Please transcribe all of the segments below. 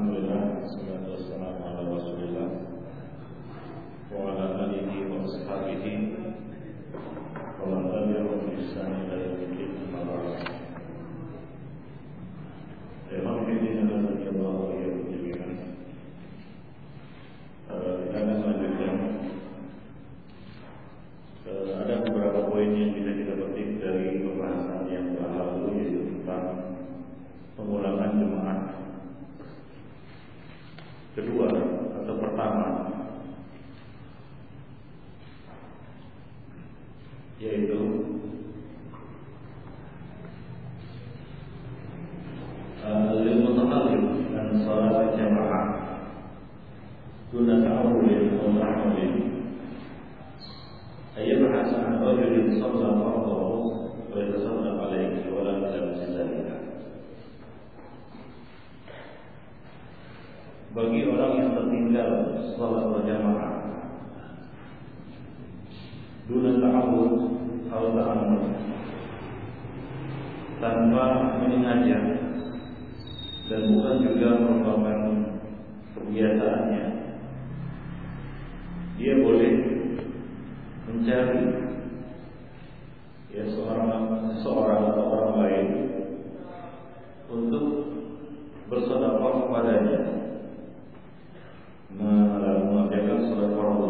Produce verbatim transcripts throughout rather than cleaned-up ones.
Alhamdulillah, wassalatu wassalamu ala Rasulillah wa ala alihi wa ashabihi wa man tabi'ahum bi ihsan ila yaumil din. Amma ba'd. Imam Ibnu Al-Qayyim rahimahullah kita akan melanjutkan. Ada beberapa poin yang bisa kita petik dari pembahasan yang lalu, yaitu tentang pengulangan jemaah kedua atau pertama, yaitu al-mutahallim dan salat jamaah duna ta'awulin wa ta'awulin ayat bahasa an rajulin shalla fardahu wa yatasaddaq alaihi wa lam yalbis dzalika. Bagi orang yang tertinggal salat berjamaah duna ta'awud atau ta'ammud, tanpa menyengaja dan bukan juga merupakan kebiasaannya, dia boleh mencari ya seorang seseorang atau orang lain untuk bersedekah kepadanya, mengerjakan salat fardu.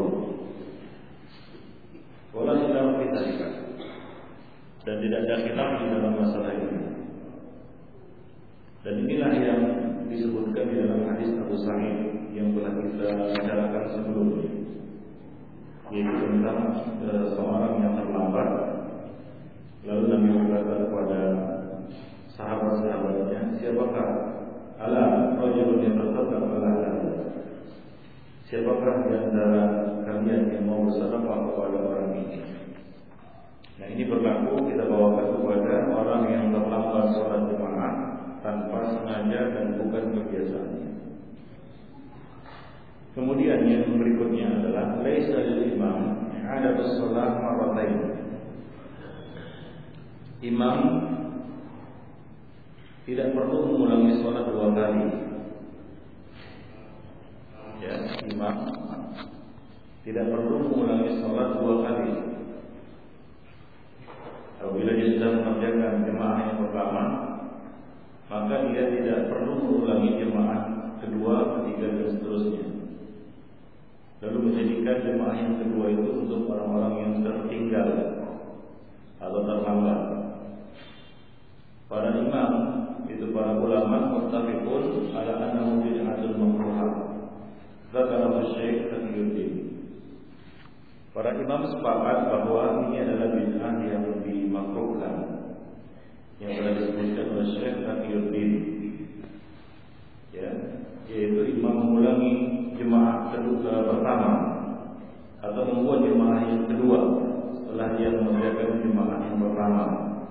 Wala khilaf fi dzalika, dan tidak ada khilaf di dalam masalah ini. Dan inilah yang disebutkan di dalam hadis Abu Sa'id yang telah kita bicarakan sebelumnya, yaitu tentang e, seorang yang terlambat, lalu Nabi berkata kepada sahabat-sahabatnya, siapakah ala rajulun yatasaddaq ala hadza, siapakah di antara kalian yang mau bersedekah kepada orang ini? Nah, ini berlaku kita bawakan kepada orang yang terlambat sholat jemaah tanpa sengaja dan bukan kebiasaannya. Kemudian yang berikutnya adalah laisa lil imam i'adatus shalah marratain. Imam tidak perlu mengulangi sholat dua kali. Ya, imam tidak perlu mengulangi sholat dua kali. Apabila dia sudah mengerjakan jemaah yang pertama, maka dia tidak perlu mengulangi jemaah kedua, ketiga dan seterusnya. Lalu menjadikan jemaah yang kedua itu untuk orang-orang yang tertinggal atau terlambat. Para imam itu para ulama muttafiqun ala annahu bid'atun makruhah. Zakarahu Syekh Taqiyuddin. Para imam sepakat bahwa ini adalah bid'ah yang dimakruhkan, yang telah disebutkan oleh Syekh Taqiyuddin, ya, yaitu imam mengulangi jemaah kedua pertama atau membuat jemaah yang kedua setelah dia mengerjakan jemaah yang pertama.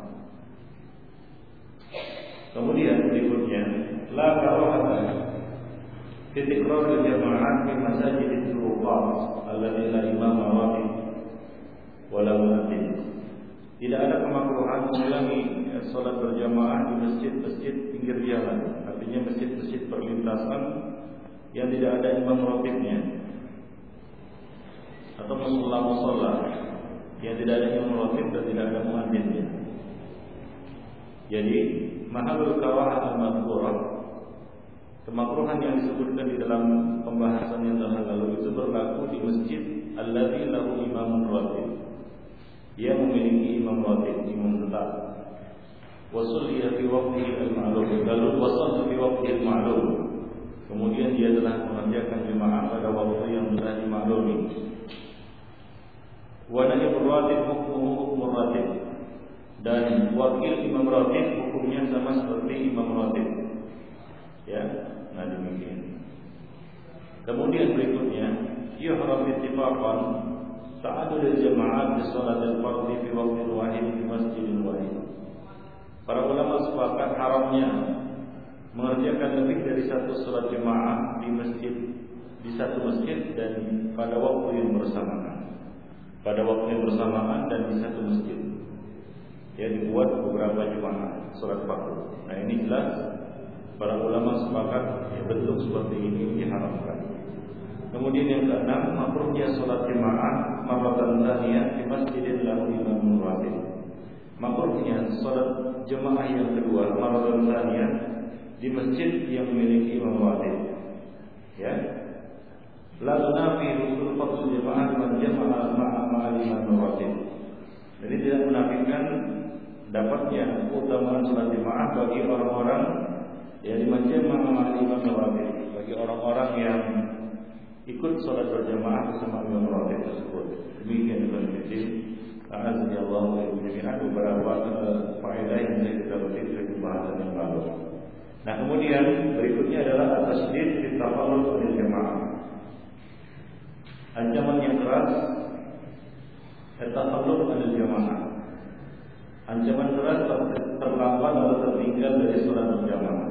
Kemudian berikutnya, la karahata titikrar jamaah di masjid al-Turuqat alladzi la imam rawatib wala muadzin. Tidak ada kemakruhan mengulangi salat berjamaah di masjid-masjid pinggir jalan, artinya masjid-masjid perlintasan yang tidak ada imam ratibnya, atau musalla-musalla yang tidak ada imam ratib dan tidak ada muadzinnya. Jadi mahalul karahah al-madhkurah, kemakruhan yang disebutkan di dalam pembahasan yang telah lalu itu berlaku di masjid alladzi lahu imamun ratib, dia memiliki imam ratib, imam tetap. Wasulliya fi waqtihi al-ma'lum, lalu wasalla fi waqtihi al-ma'lum, kemudian dia telah mengerjakan jemaah pada waktu yang telah dimaklumi. Wa naibur ratib hukmuhu hukmur ratib, dan wakil imam ratib hukumnya sama seperti imam ratib. Ya, nah demikian. Kemudian berikutnya, yuhram ittifaqan ta'addud al-jama'at bi shalat al-fardhi fi waqtin wahid fi masjidin wahid. Para ulama sepakat haramnya mengerjakan lebih dari satu salat jemaah di masjid, di satu masjid dan pada waktu yang bersamaan. Pada waktu yang bersamaan dan di satu masjid. Ya, dibuat beberapa jemaah salat fardu. Nah, ini jelas para ulama sepakat ya, bentuk seperti ini diharamkan. Kemudian yang keenam, makruhnya salat jemaah marratan tsaniyah di masjidin lahu imamun ratib. Makruhnya salat jemaah yang kedua marratan tsaniyah di masjid yang memiliki imam ratib. Ya. La tunafi usul fadl jemaah man jama'a ma'a ma'al imam ratib. Jadi tidak menafikan dapatnya keutamaan salat jemaah bagi orang-orang yang dimajama'a ma'al imam ratib, bagi orang-orang yang ikut salat berjamaah bersama imam ratib tersebut. Demikian juga hadis Azza Allah wa jalla beberapa faedah yang kita petik dari pembahasan yang lalu. Nah, kemudian berikutnya adalah at-tasydid fi tafallud lil jamaah. Ancaman yang keras at-tafallud lil jamaah. Ancaman keras terlambat atau tertinggal dari salat berjamaah.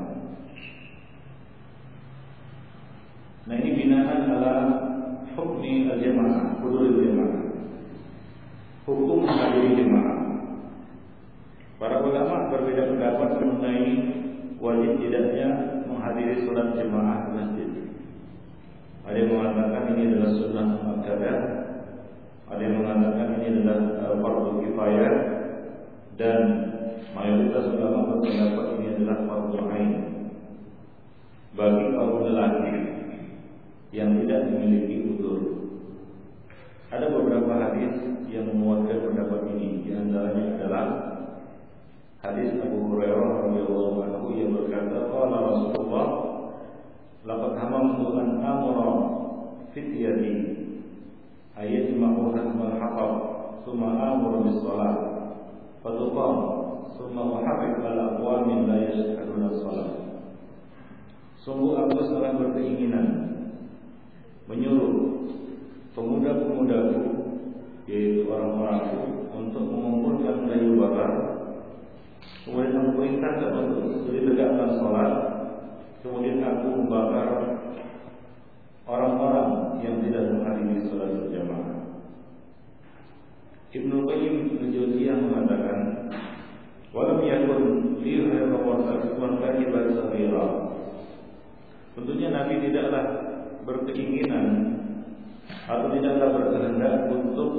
Nah, ini binaan ala hukmi al-jamaah, huduril jamaah, hukum menghadiri jamaah. Para ulama berbeda pendapat mengenai wajib tidaknya menghadiri salat jamaah di masjid. Ada yang mengatakan ini adalah sunnah muakkadah, ada yang mengatakan ini adalah fardu kifayah, dan mayoritas ulama berpendapat ini adalah fardu ain bagi kaum lelaki yang tidak memiliki udzur. Ada beberapa hadis yang menguatkan pendapat ini. Di antaranya adalah hadis Abu Hurairah radhiyallahu anhu yang berkata, qala Rasulullah laqad hamamtu an amura fityati ayatma'u hadmal hatab thumma amuru bis salat fatuqam thumma uharrik ala aqwamin la yashhaduna salat. Sungguh aku telah berkeinginan menyuruh pemuda-pemudaku, yaitu orang-orangku, untuk mengumpulkan kayu bakar, kemudian aku perintahkan untuk ditegakkan sholat, kemudian aku membakar orang-orang yang tidak menghadiri sholat berjamaah. Ibnu Qayyim al-Jauziyah mengatakan, walam yakun li hayratan kahibat saghira. Tentunya Nabi tidaklah berkeinginan atau tidaklah berkehendak untuk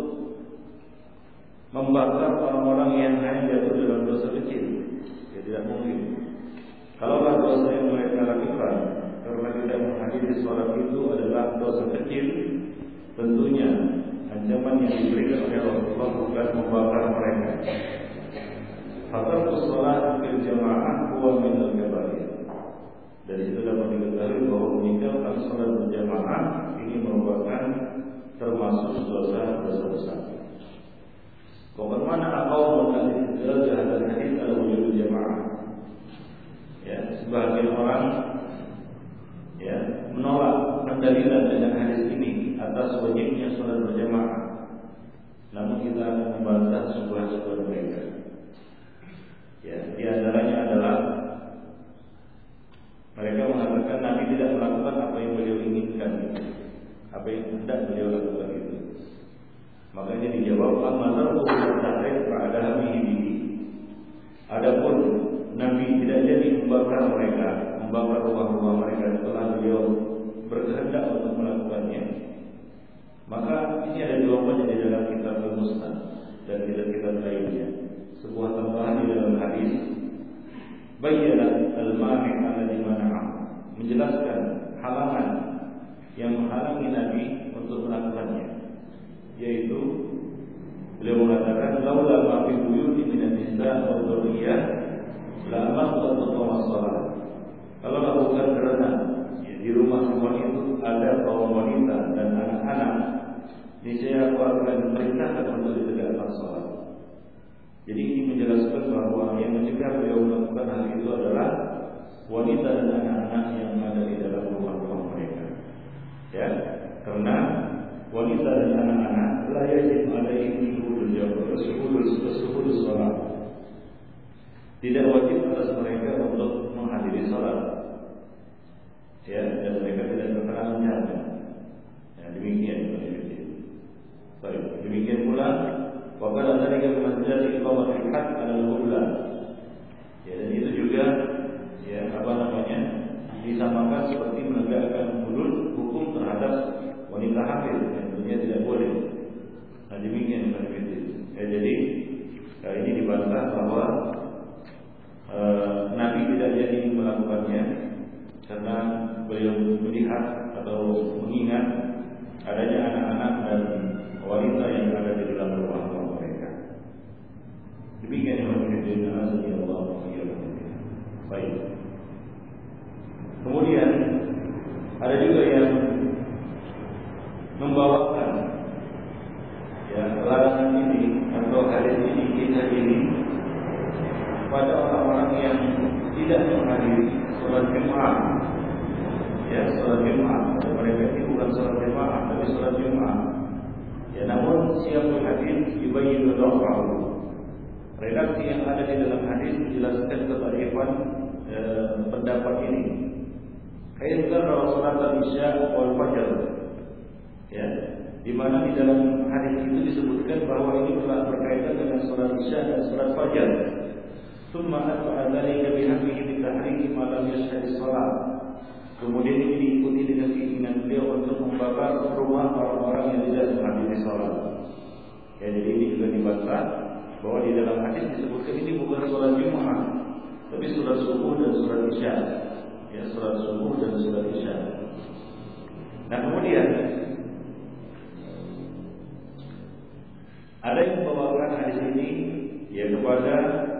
membakar orang-orang yang hanya jatuh dalam dosa kecil. Ya, tidak mungkin. Kalaulah dosa yang mereka lakukan karena tidak menghadiri sholat itu adalah dosa kecil, tentunya ancaman yang diberikan oleh Rasulullah bukan membakar mereka. Fatarkus sholat fil jamaah huwa minal kabair. Dari situ dapat diketahui bahwa meninggalkan sholat berjamaah ini merupakan termasuk dosa-dosa besar. Bagaimana akal mengenal jahadan hadis ala wujud jamaah? Ya, sebagian orang ya menolak pendalilan dengan hadis ini atas wajibnya sholat berjamaah. Namun kita akan membantah sebuah-sebuah mereka. Ya, di antaranya adalah mereka mengatakan Nabi tidak melakukan apa yang beliau inginkan, apa yang hendak beliau lakukan itu. Makanya dijawab, amma tarku tahrir ba'da bihi. Adapun Nabi tidak jadi membakar mereka, membakar rumah-rumah mereka setelah beliau berkehendak untuk melakukannya. Maka ini ada jawabannya di dalam kitab Al-Musnad dan kitab-kitab lainnya. Sebuah tambahan di dalam hadis, bayyana al-mani' alladhi mana'a, menjelaskan halangan yang menghalangi Nabi untuk melakukannya, yaitu beliau mengatakan laula ma fi buyuti minan nisa wa dzurriyyah la amartu an tuqama shalah. Kalau bukan karena ya, di rumah-rumah itu ada kaum wanita dan anak-anak, niscaya aku akan perintahkan untuk ditegakkan salat. Jadi ini menjelaskan bahwa yang mencegah beliau melakukan hal itu adalah wanita dan anak-anak yang ada di dalam rumah-rumah mereka. Ya, karena wanita dan anak-anak la yajib alaihi shuhudul jamaah, shuhudul shuhudus salat. Tidak wajib atas mereka untuk menghadiri salat. Ya, dan mereka tidak terkena ancaman. Ya, demikian. Baik, demikian pula wa qala dzalika bimanzilati iqamatil hadd 'ala al-hubla. Ya, dan itu juga ya apa namanya? atau mengingat adanya anak-anak dan wanita yang ada di dalam rumah-rumah mereka. Demikian yang menjadi azan Allah ya. Baik. Kemudian ada juga yang membawakan ya larangan ini atau hadis ini kisah ini pada orang-orang yang tidak menghadiri sholat Jumat. Ya, sholat Jumat. Mereka ini bukan sholat Jumat, tapi sholat Jumat. Ya, namun siapa hadis yubayyin dhafahu. Redaksi yang ada di dalam hadis menjelaskan ketarifan eh, pendapat ini. Kaitan Rasulullah Isya wal Fajr. Ya, di mana di dalam hadis itu disebutkan bahwa ini telah berkaitan dengan sholat Isya dan sholat Fajar. Tsumma atba'a dzalika bihamdihi bi tahriki ma lam yashhad shalah. Kemudian ini diikuti dengan keinginan beliau untuk membakar rumah orang-orang yang tidak menghadiri salat. Ya, jadi ini juga dibantah bahwa di dalam hadis disebutkan ini bukan sholat Jumat, tapi sholat subuh dan sholat Isya. Ya, sholat subuh dan sholat Isya. Nah, kemudian ada yang membawakan hadis ini ya kepada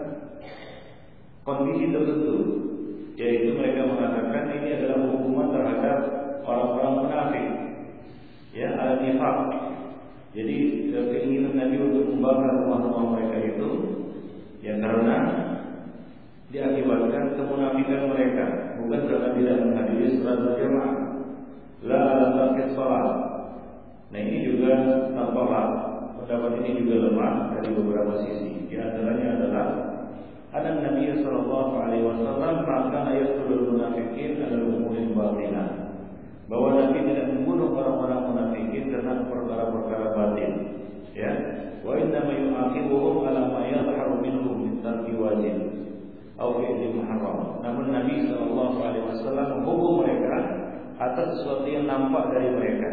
kondisi tertentu, yaitu mereka mengatakan ini adalah hukuman terhadap orang-orang munafik, ya al-nifaq. Jadi keinginan Nabi untuk membakar rumah-rumah mereka itu, ya karena diakibatkan kemunafikan mereka, bukan karena tidak menghadiri salat berjamaah. La ala tarkis salat. Nah ini juga tertolak. Pendapat ini juga lemah dari beberapa sisi. Di antaranya adalah ada Nabi sallallahu alaihi wasallam mengatakan ayat sulul munafikin adalah umurul batinah. Bahwa Nabi tidak membunuh orang-orang munafikin karena perkara-perkara batin. Ya. Wa inna ma yu'aqibuhum ala ma yadhharu minhum min tarki wajib atau fi'li muharram. Namun Nabi sallallahu alaihi wasallam menghukum mereka atas sesuatu yang nampak dari mereka.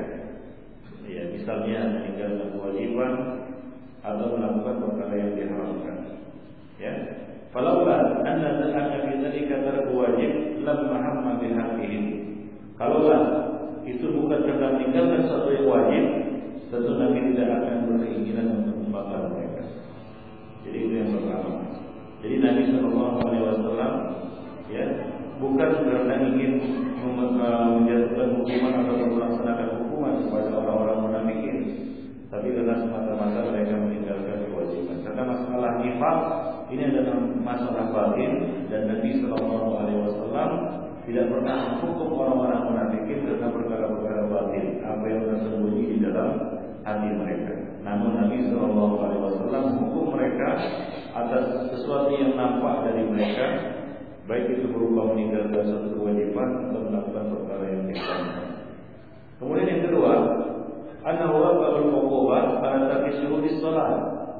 Ya, misalnya meninggalkan kewajiban atau melakukan perkara yang diharamkan. Ya. Falaula anna dzalika fi dzalika tarku wajib lam mahamma bihaqihim. Kalaulah itu bukan karena meninggalkan sesuatu yang wajib, tentu Nabi tidak akan berkeinginan untuk membakar mereka. Jadi itu yang pertama. Jadi Nabi sallallahu alaihi wasallam ya, bukan karena ingin menjatuhkan hukuman atau melaksanakan hukuman kepada orang-orang munafikin, tapi karena semata-mata mereka meninggalkan kewajiban. Karena masalah nifaq ini adalah masalah batin dan Nabi sallallahu alaihi wasallam tidak pernah menghukum orang-orang munafikin karena perkara-perkara batin, apa yang tersembunyi di dalam hati mereka. Namun Nabi sallallahu alaihi wasallam menghukum mereka atas sesuatu yang nampak dari mereka, baik itu berupa meninggalkan suatu kewajiban atau melakukan perkara yang diharamkan. Kemudian yang kedua, annahu waqa'ul uqubat ala tarki syuhudis shalah.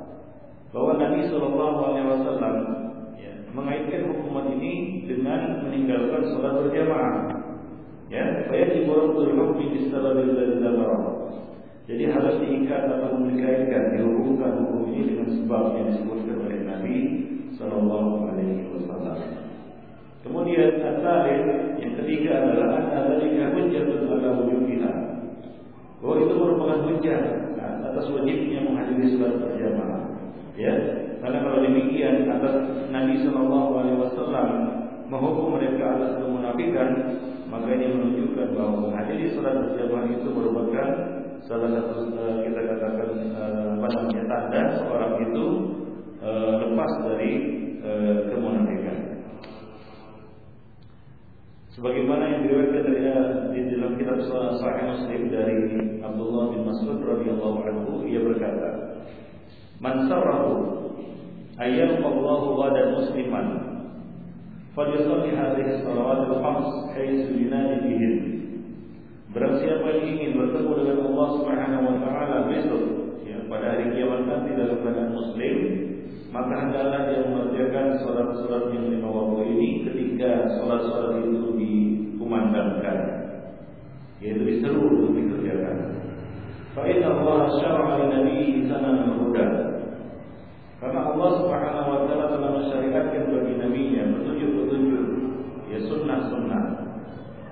Bahwa Nabi sallallahu alaihi wasallam ya, mengaitkan hukuman ini dengan meninggalkan salat berjamaah. Ya, fayati burukul hukmi bisababil dzalal. Jadi harus diikat atau dikaitkan, dihubungkan hukum ini dengan sebab yang disebutkan oleh Nabi sallallahu alaihi wasallam. Kemudian at-tsalits yang ketiga adalah anna dzalika hujjatun ala wujubiha. Bahwa itu merupakan hujjah atas wajibnya menghadiri salat berjamaah. Ya, karena kalau demikian atas Nabi sallallahu alaihi wasallam menghukum mereka atas kemunafikan, maka ini menunjukkan bahwa menghadiri salat berjamaah itu merupakan salah satu kita katakan apa namanya tanda seorang itu lepas dari kemunafikan. Sebagaimana yang diriwayatkan dari di dalam kitab Sahih Muslim dari Abdullah bin Mas'ud radhiyallahu anhu, ia berkata, "Man sarrahu ayyalqa Allahu ghadan musliman falyusalli hadhihi as-salawat al-khams haitsu yunadi bihin." Barang siapa yang ingin bertemu dengan Allah Subhanahu wa taala besok, ya, pada hari kiamat nanti dalam keadaan muslim, maka hendaklah dia mengerjakan salat-salat yang lima waktu ini ketika salat-salat itu dikumandangkan, yaitu diseru untuk dikerjakan. Fa inna Allah syara'a li nabiyyi sanan al-huda. Karena Allah Subhanahu wa taala telah mensyariatkan bagi nabinya petunjuk-petunjuk, ya sunnah-sunnah.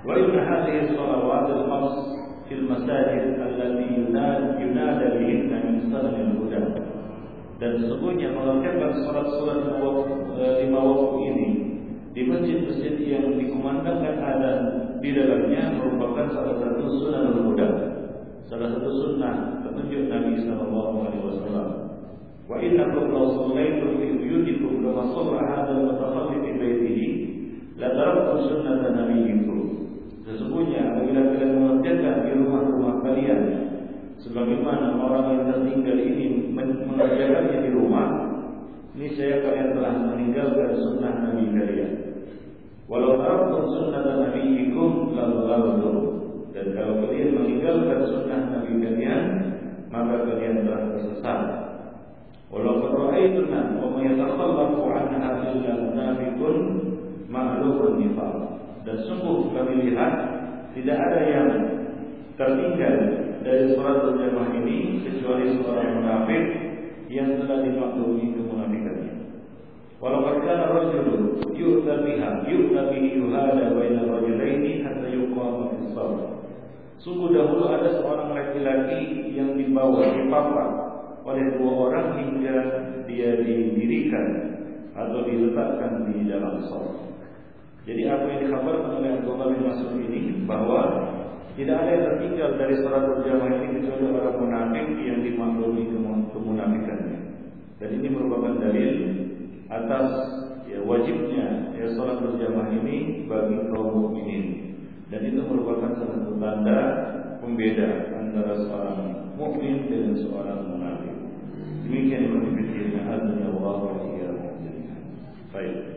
Wa inna hadhihi salawat al-khams fil masajid allati yunad yunada bihinna min sanadil huda. Dan sesungguhnya mengerjakan salat-salat lima waktu ini di masjid-masjid yang dikumandangkan azan di dalamnya merupakan salah satu sunnah huda, salah satu sunnah petunjuk Nabi sallallahu alaihi wasallam. Wa innakum law sallaytum fi buyutikum kama shalla hadha al-mutakhallif fi baitihi la taraktum sunnata nabiyyikum. Sesungguhnya apabila kalian mengerjakan di rumah-rumah kalian sebagaimana orang yang tertinggal ini mengerjakannya di rumah, niscaya kalian telah meninggalkan sunnah Nabi kalian. Walau taraktum sunnata nabiyyikum la dhalaltum. Dan kalau kalian meninggalkan sunnah Nabi kalian, maka kalian telah tersesat. Walau ra'aytunna wa may yatakhallafu 'anha illa munafiqun ma'lufun nifaq. Dan sungguh kami lihat tidak ada yang tertinggal dari sholat berjamaah ini kecuali seorang munafik yang telah dimaklumi kemunafikannya. Walau kana rajulun yu'ta biha yu'ta bihi yuhada baina rajulaini hatta yuqama fi shalah. Sungguh dahulu ada seorang laki-laki yang dibawa dipapak oleh dua orang hingga dia didirikan atau diletakkan di dalam shalah. Jadi apa yang dikhabarkan oleh Abdullah bin Mas'ud ini bahwa tidak ada yang tertinggal dari sholat berjamaah ini kecuali orang munafik yang dimaklumi kemunafikannya. Dan ini merupakan dalil atas ya, wajibnya ya, sholat berjamaah ini bagi kaum mukminin. Dan itu merupakan salah satu tanda pembeda antara seorang mukmin dengan seorang munafik. Demikian yang dipikirkan azza wa jalla. Baik.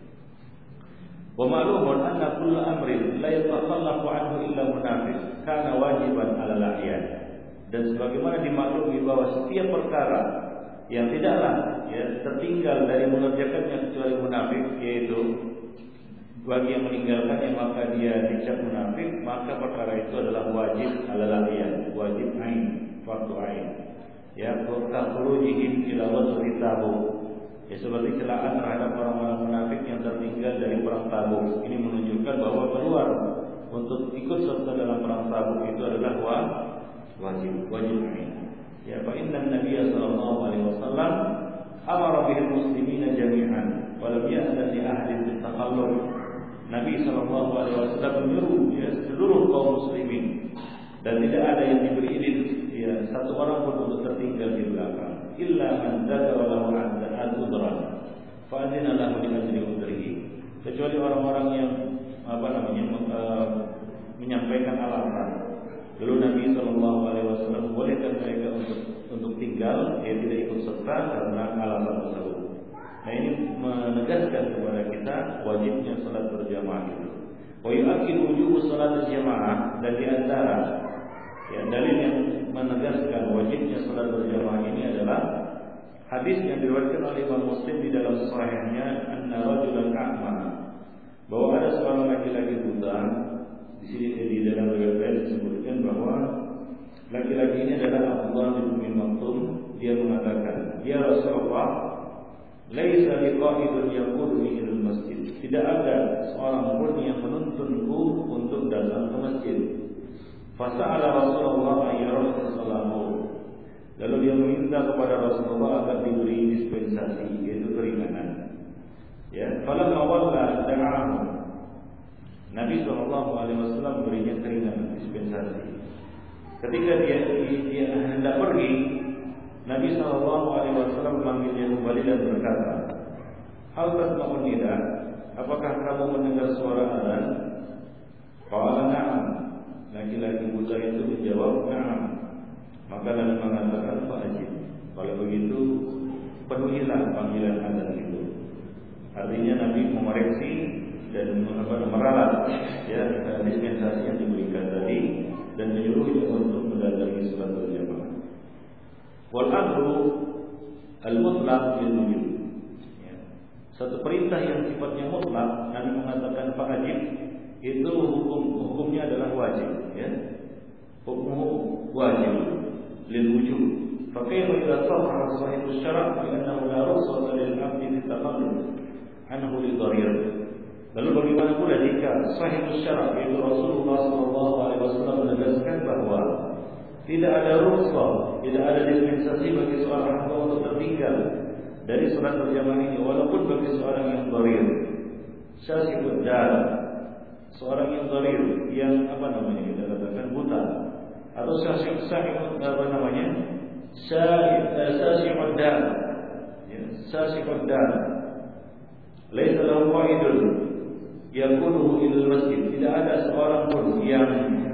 Wa ma'lumun anna kull amrin la yatakhallafu anhu illa munafiq kana wajiban 'ala al-a'yan. Dan sebagaimana dimaklumi bahwa setiap perkara yang tidaklah ya tertinggal dari mengerjakannya kecuali munafik, yaitu bagi yang meninggalkannya maka dia dicap munafik, maka perkara itu adalah wajib 'ala al-a'yan, wajib ain, fardu ain. Ya, khurujihim ila ghazwi Tabuk. Ya, seperti celaan terhadap orang-orang munafik yang tertinggal dari perang Tabuk. Ini menunjukkan bahwa keluar untuk ikut serta dalam perang Tabuk itu adalah wajib, wajib ini. Ya, fa inna Nabiy sallallahu alaihi wasallam amara bil muslimina jami'an wa lam ya'zan li ahadin bil takhalluf. Nabi sallallahu alaihi wasallam menyuruh ya, seluruh kaum muslimin dan tidak ada yang diberi izin ya satu orang pun untuk tertinggal di belakang. Illa man dzakara lahu al-udhran fa adzina lahu bi ajri udhrihi. Kecuali orang-orang yang apa namanya uh, menyampaikan alasan. Lalu Nabi sallallahu alaihi wasallam membolehkan mereka untuk untuk tinggal, ya tidak ikut serta karena alasan tersebut. Nah, ini menegaskan kepada kita wajibnya salat berjamaah itu. Wa yu'akkidu wujubu salat berjamaah, dan di antara ya, dalil yang menegaskan wajibnya salat berjamaah ini adalah hadis yang diriwayatkan oleh Imam Muslim di dalam sahihnya, anna rajulan a'ma, bahwa ada seorang laki-laki buta. Di sini di dalam riwayat disebutkan bahwa laki-laki ini adalah Abdullah bin Maktum. Dia mengatakan, "Ya Rasulullah, laisa liqa'idun yaquduni ilal masjid." Tidak ada seorang pun yang menuntunku untuk datang ke masjid. Fasa'ala Rasulullah ayyarah salahu. Lalu dia meminta kepada Rasulullah agar diberi dispensasi, yaitu keringanan. Ya, falamma walla da'ahu. Nabi sallallahu alaihi wasallam berinya keringanan, dispensasi. Ketika dia dia hendak pergi, Nabi sallallahu alaihi wasallam memanggilnya kembali dan berkata, "Hal tasma'un nida? Apakah kamu mendengar suara azan?" Qala na'am. Laki-laki buta itu menjawab, "Na'am." Maka Nabi mengatakan, "Fa'ajib." Kalau begitu, penuhilah panggilan azan itu. Artinya Nabi mengoreksi dan meralat ya dispensasi yang diberikan tadi dan menyuruhnya untuk mendatangi salat berjamaah. Wal amru al mutlaq lil wujub. Ya. Satu perintah yang sifatnya mutlak, Nabi mengatakan fa'ajib, itu hukum hukumnya adalah wajib, ya. Hukum wajib lil wujub. Fa kayfa idza sahha sahibu syara' bi annahu la rukhsata lil 'abdi fi taqallub anhu li dharir. Lalu bagaimana pula jika sahih syara' yaitu Rasulullah sallallahu alaihi wasallam menegaskan bahwa tidak ada rukhsah, tidak ada dispensasi bagi seorang hamba untuk tertinggal dari salat berjamaah ini walaupun bagi seorang yang dharir. Syasibud dal, seorang yang dharir, yang apa namanya kita katakan buta, atau syasib sahib apa namanya? Syasibud dal. Ya, syasibud dal. Laisa lahu qaidun yakunu ilal masjid. Tidak ada seorang pun yang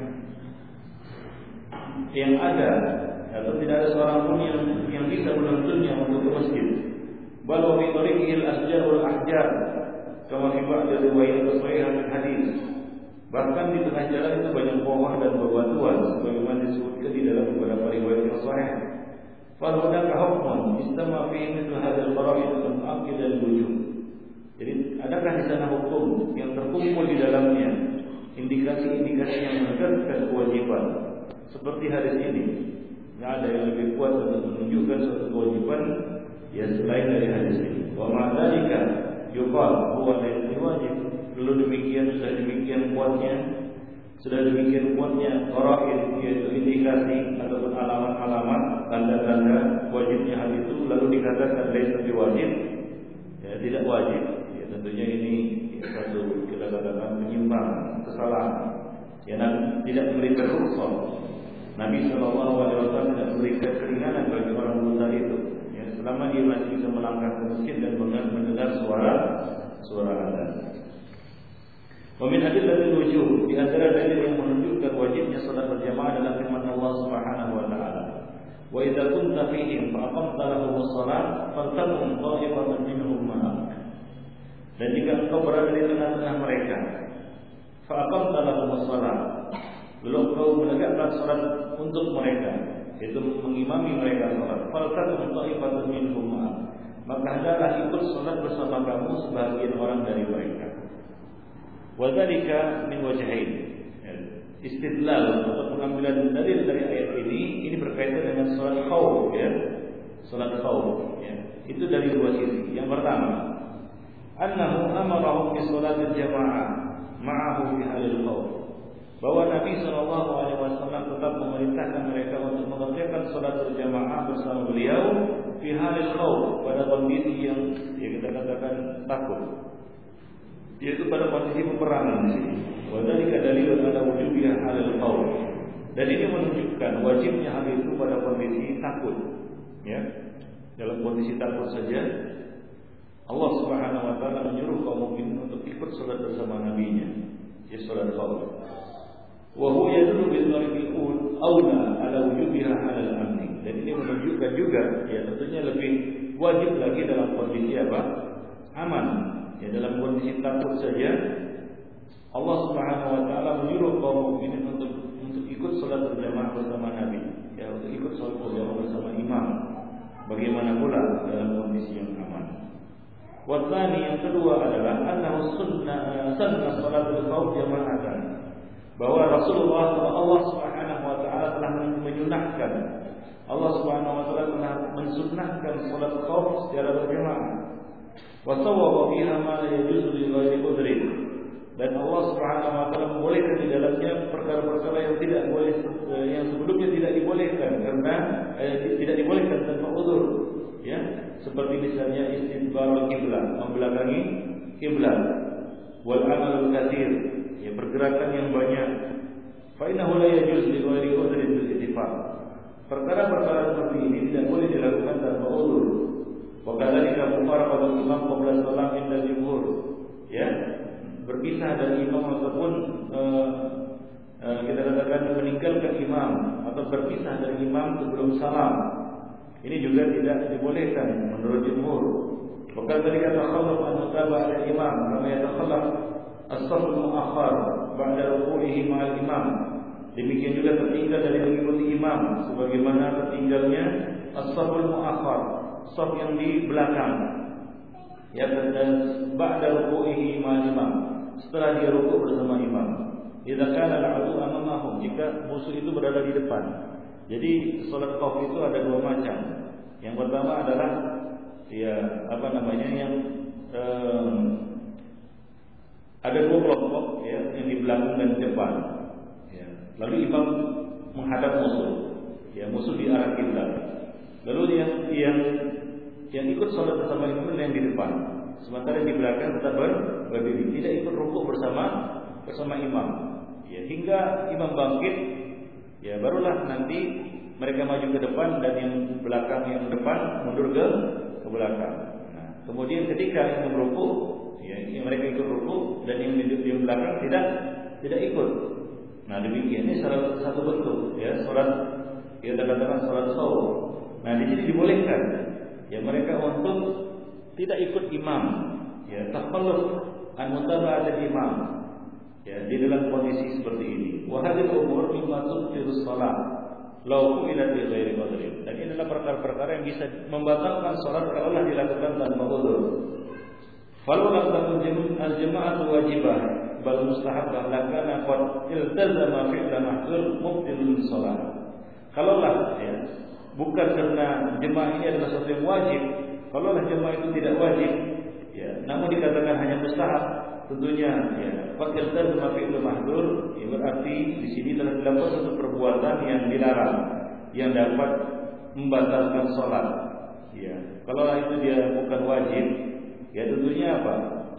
yang ada atau tidak ada seorang pun yang yang bisa menuntunnya untuk ke masjid. Bal wa fi tariqihi al-asjar wal ahjar kama fi ba'd riwayat sahih min hadis. Bahkan di tengah jalan itu banyak pohon dan bebatuan sebagaimana disebutkan di dalam beberapa riwayat yang sahih. Fa hunaka hukmun istama fihi mithlu hadzal qara'id al-aqid al-wujub. Jadi adakah di sana hukum yang terkumpul di dalamnya indikasi-indikasi yang menegaskan kewajiban seperti hadis ini? Tidak ada yang lebih kuat untuk menunjukkan suatu kewajiban ya selain dari hadis ini. Wa ma'dzalika yuqal huwa laysa wajib. Lalu demikian sudah demikian kuatnya sudah demikian kuatnya qara'in yaitu indikasi ataupun alamat-alamat tanda-tanda wajibnya hal itu lalu dikatakan laysa wajib ya tidak wajib. Tentunya ini satu kita katakan penyimpangan, kesalahan. Ya, Nabi tidak memberikan rukhsah. Nabi Shallallahu Alaihi Wasallam tidak memberikan keringanan bagi orang buta itu. Ya, selama dia masih bisa melangkah ke masjid dan mendengar suara suara adzan. Wamin adillatil wujub, di antara dalil yang menunjukkan wajibnya salat berjamaah adalah firman Allah Subhanahu Wa Taala. Wa idza kunta fihim fa aqamta lahumus shalah faltaqum qa'imatun minhum ma'ak. Dan jika engkau berada di tengah-tengah mereka, fa'aqamta lahumus shalah, lalu engkau menegakkan salat untuk mereka, yaitu mengimami mereka salat, faltaqum ta'ifatun minhum ma'ak, maka hendaklah ikut salat bersama kamu sebagian orang dari mereka. Wa dzalika min wajhain. Istidlal atau pengambilan dalil dari ayat ini ini berkaitan dengan salat khauf ya. Salat khauf ya. Itu dari dua sisi. Yang pertama, annahu amarahum bi sholatil jamaah ma'ahu fi halil khauf. Bahwa Nabi sallallahu alaihi wasallam tetap memerintahkan mereka untuk mengerjakan salat berjamaah bersama beliau fi halil khauf, pada kondisi yang ya kita katakan takut. Yaitu pada kondisi peperangan di sini. Wa dzalika dalilun ala wujubiha halil khauf. Dan ini menunjukkan wajibnya hal itu pada kondisi takut. Ya. Dalam kondisi takut saja Allah Subhanahu wa taala menyuruh kaum mukminin untuk ikut salat bersama nabinya, ya salat khauf. Wa huwa yadullu bil tariqil aula ala wujubiha ala al-amn. Dan ini menunjukkan juga ya tentunya lebih wajib lagi dalam kondisi apa? Aman. Ya dalam kondisi takut saja Allah Subhanahu wa taala menyuruh kaum mukminin untuk untuk ikut salat berjamaah bersama nabi, ya untuk ikut salat berjamaah bersama imam. Bagaimana pula dalam kondisi yang aman? Watsani yang kedua adalah annahu sunnah sunnah salatul khauf jama'atan. Bahwa Rasulullah Allah Subhanahu wa taala telah menyunahkan Allah Subhanahu wa taala telah mensunnahkan salat khauf secara berjamaah. Wa sawwaba fiha ma la yajuzu li ghairi udhrin. Dan Allah Subhanahu wa taala membolehkan di dalamnya perkara-perkara yang tidak boleh yang sebelumnya tidak dibolehkan karena eh, tidak dibolehkan tanpa uzur. Ya, seperti misalnya istidbarul kiblat, membelakangi kiblat, wal amalul katsir, ya pergerakan yang banyak. Fa innahu la yajuz li ghairi udhrin bil ittifaq. Perkara-perkara seperti ini tidak boleh dilakukan tanpa uzur. Wa kadzalika mufaraqatul imam qabla salam inda jumhur. Ya, berpisah dari imam ataupun uh, uh, kita katakan meninggalkan imam atau berpisah dari imam sebelum salam. Ini juga tidak dibolehkan menurut jumhur. Bahkan tadi kata khallaf an-nutaba al-imam kama yatakhallaf as-saff al-mu'akhkhar ba'da ruku'ihi ma'al imam. Demikian juga tertinggal dari mengikuti imam sebagaimana tertinggalnya as-saff al-mu'akhkhar, saf yang di belakang. Ya, dan ba'da ruku'ihi ma'al imam, setelah dia rukuk bersama imam. Idza kana al-'adu amamahum, jika musuh itu berada di depan. Jadi salat khauf itu ada dua macam. Yang pertama adalah ya apa namanya yang um, ada dua kelompok ya, yang di belakang dan di depan. Ya. Lalu imam menghadap musuh, ya musuh di arah kiblat. Lalu yang yang yang ikut sholat bersama imam yang di depan, sementara yang di belakang tetap berdiri, tidak ikut rukuk bersama bersama imam. Ya, hingga imam bangkit, ya barulah nanti mereka maju ke depan dan yang belakang yang depan mundur ke ke belakang. Nah, kemudian ketika imam rukuk, ya mereka ikut rukuk dan yang di yang belakang tidak tidak ikut. Nah, demikian ini salah satu bentuk ya salat kita katakan salat sawu. Nah, di sini dibolehkan ya mereka untuk tidak ikut imam, ya takhalluf an mutaba'atil imam. Ya, di dalam kondisi seperti ini. Wa hadhihi umur mimma tubtilu shalah law fu'ilat bi ghairi qadrin. Dan ini adalah perkara-perkara yang bisa membatalkan salat kalau dilakukan tanpa uzur. Falau lam takun al-jama'atu wajibah bal mustahabah lakana qad iltazama fi'la mahdzur mubtilun shalah. Kalaulah ya, bukan karena jemaah ini adalah sesuatu yang wajib, kalaulah jemaah itu tidak wajib, ya, namun dikatakan hanya mustahab, tentunya ya fakir terjemah fi'il mahdzur ya, berarti di sini telah dilakukan satu perbuatan yang dilarang yang dapat membatalkan sholat. Ya, kalau itu dia bukan wajib, ya tentunya apa?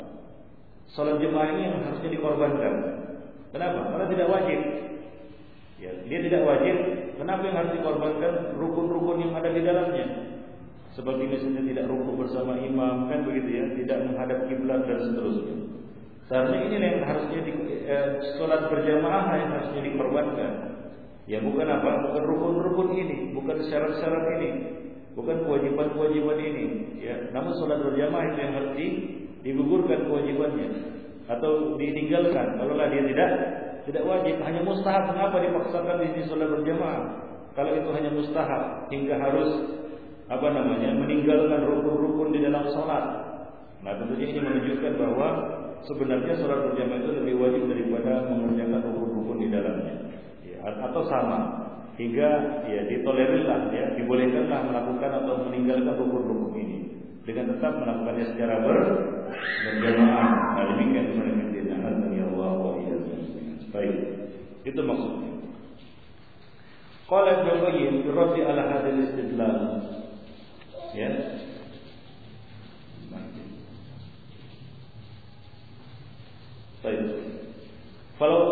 Sholat jemaah ini yang harusnya dikorbankan. Kenapa? Karena tidak wajib. Ya, dia tidak wajib. Kenapa yang harus dikorbankan? Rukun-rukun yang ada di dalamnya. Seperti misalnya tidak rukuk bersama imam, kan begitu ya, tidak menghadap kiblat dan seterusnya. Seharusnya ini yang harusnya di, eh, sholat berjamaah yang harusnya dikorbankan. Ya bukan apa? Bukan rukun-rukun ini, bukan syarat-syarat ini, bukan kewajiban-kewajiban ini. Ya, namun sholat berjamaah itu yang harus di, digugurkan kewajibannya atau ditinggalkan. Kalaulah dia tidak tidak wajib, hanya mustahab. Mengapa dipaksakan di sini sholat berjamaah? Kalau itu hanya mustahab hingga harus apa namanya meninggalkan rukun-rukun di dalam sholat. Nah tentunya ini menunjukkan bahwa sebenarnya sholat berjamaah itu lebih wajib daripada mengerjakan rukun-rukun di dalamnya, ya, atau sama hingga ya ditolerirlah, ya dibolehkanlah melakukan atau meninggalkan rukun-rukun ini dengan tetap melakukannya secara ber berjamaah. Nah demikian sebenarnya ya Allah wa iyyakum. Baik, itu maksudnya. Qala Ibnu Qayyim radhi ala hadzal istidlal. Ya. Baik. Kalau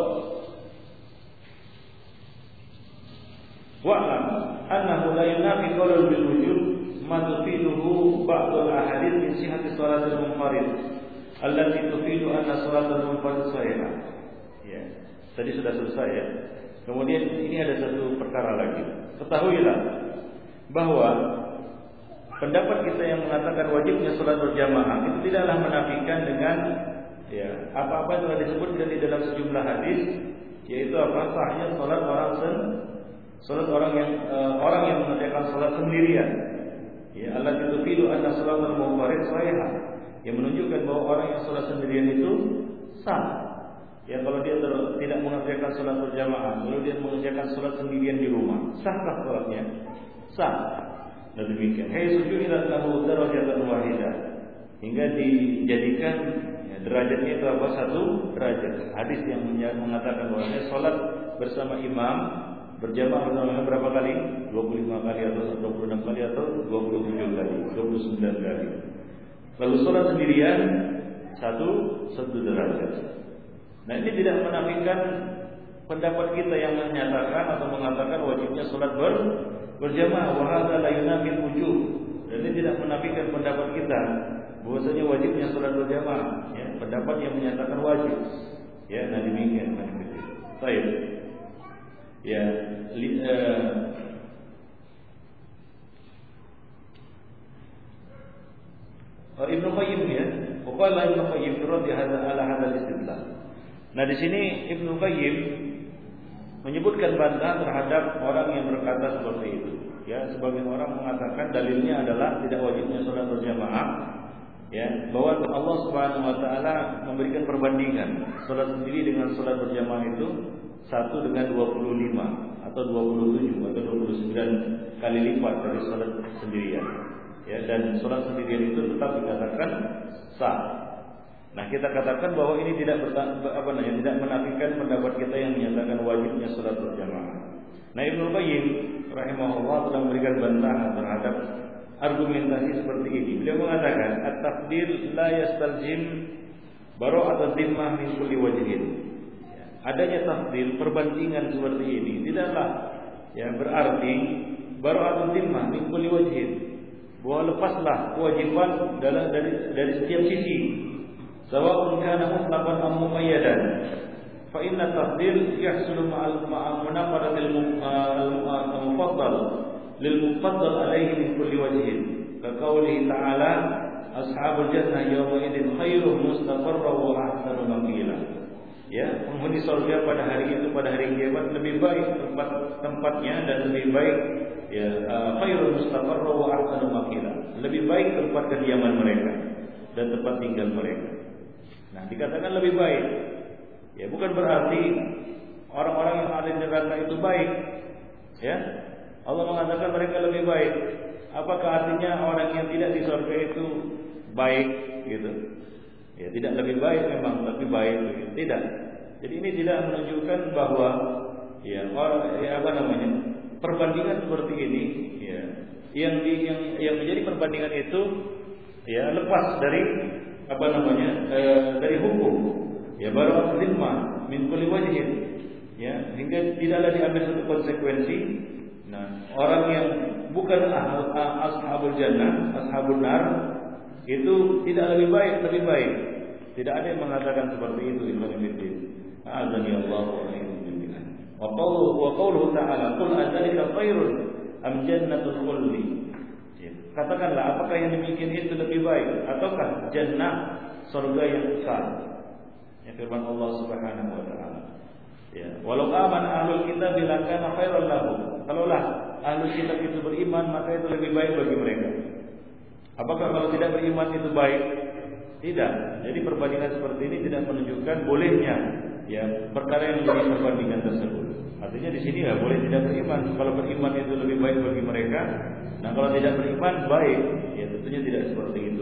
wa'lam annahu la yunafi qaulul bil wujub ma tufiduhu ba'd al ahadits min sihhati salatil munfarid allati tufidu anna salatul munfarid sahihah. Ya. Tadi sudah selesai ya. Kemudian ini ada satu perkara lagi. Ketahuilah bahwa pendapat kita yang mengatakan wajibnya salat berjamaah itu tidaklah menafikan dengan ya apa-apa yang telah disebutkan di dalam sejumlah hadis, yaitu apa sahnya salat orang sen, salat orang yang uh, orang yang mengerjakan salat sendirian. Ya, allati tufidu anna salatul munfarid sahihah. Yang menunjukkan bahwa orang yang salat sendirian itu sah. Ya kalau dia ter, tidak mengerjakan salat berjamaah, lalu dia mengerjakan salat sendirian di rumah, sahkah salatnya? Sah. Dan demikian. Hai sujudilat lahu darajatan wahidah. Hingga dijadikan ya, derajatnya itu apa? Satu derajat. Hadis yang mengatakan bahwasanya salat bersama imam berjamaah bersama imam berapa kali? dua puluh lima kali atau dua puluh enam kali atau dua puluh tujuh kali, dua puluh sembilan kali. Lalu salat sendirian satu satu derajat. Nah ini tidak menafikan pendapat kita yang menyatakan atau mengatakan wajibnya salat ber, berjamaah. Wa hadza la yunafil wujub. Dan ini tidak menafikan pendapat kita bahwasanya wajibnya salat berjamaah. Ya, pendapat yang menyatakan wajib. Ya, nah demikian. Baik. Ya, li, uh, Ibnu Qayyim ya, qala Ibnu Qayyim radhi hadza ala hadzal istidlal. Nah di sini Ibnu Qayyim menyebutkan bantahan terhadap orang yang berkata seperti itu. Ya, sebagian orang mengatakan dalilnya adalah tidak wajibnya salat berjamaah. Ya, bahwa Allah Subhanahu wa taala memberikan perbandingan salat sendiri dengan salat berjamaah itu satu dengan dua puluh lima atau dua puluh tujuh atau dua puluh sembilan kali lipat dari salat sendirian. Ya, dan salat sendirian itu tetap dikatakan sah. Nah, kita katakan bahwa ini tidak berta- apa namanya, tidak menafikan pendapat kita yang menyatakan wajibnya salat berjamaah. Nah, Ibnu Qayyim rahimahullah telah memberikan bantahan terhadap argumentasi seperti ini. Beliau mengatakan, at-tafdil la yastalzim bara'at ad-dhimmah min kulli wajhin. Adanya tafdil, perbandingan seperti ini tidaklah ya berarti bara'at ad-dhimmah min kulli wajhin. Bahwa lepaslah kewajiban dalam dari dari setiap sisi. Sawa'un kana mutlaqan am muqayyadan. Fa inna tafdil yahsulu ma'al munaqaratil mufaddal lil mufaddal alayhi min kulli wajhin. Ka qawlihi ta'ala ashabul jannah yawma idzin khairum mustaqarra wa ahsanu maqila. Ya, penghuni surga pada hari itu, pada hari kiamat lebih baik tempat tempatnya dan lebih baik ya khairul mustaqarra wa ahsanu maqila. Lebih baik tempat kediaman mereka dan tempat tinggal mereka. Nah, dikatakan lebih baik. Ya, bukan berarti orang-orang yang ada di neraka itu baik. Ya. Allah mengatakan mereka lebih baik. Apakah artinya orang yang tidak di surga itu baik gitu? Ya, tidak lebih baik memang, tapi baik begitu. Tidak. Jadi ini tidak menunjukkan bahwa ya orang ya apa namanya? Perbandingan seperti ini ya yang di, yang yang menjadi perbandingan itu ya lepas dari apa namanya? E, dari hukum. Ya baru al-dhimma min kulli wajhin. Ya, hingga tidaklah diambil satu konsekuensi. Nah, orang yang bukan ahal, ashabul jannah, ashabul nar itu tidak lebih baik, lebih baik. Tidak ada yang mengatakan seperti itu, ikhwan fillah. Azani Allah wa iyyakum. Wa qawluhu wa qawluhu ta'ala qul adzalika khairun am jannatul khuldi. Katakanlah apakah yang demikian itu lebih baik ataukah jannah surga yang kekal. Ya firman Allah Subhanahu wa taala. Ya, walau aman ahlul kitab lakana khairan lahum. Kalaulah ahlul kitab itu beriman maka itu lebih baik bagi mereka. Apakah kalau tidak beriman itu baik? Tidak. Jadi perbandingan seperti ini tidak menunjukkan bolehnya ya perkara yang menjadi perbandingan tersebut. Artinya di sini nggak boleh tidak beriman. Kalau beriman itu lebih baik bagi mereka. Nah, kalau tidak beriman baik. Ya tentunya tidak seperti itu.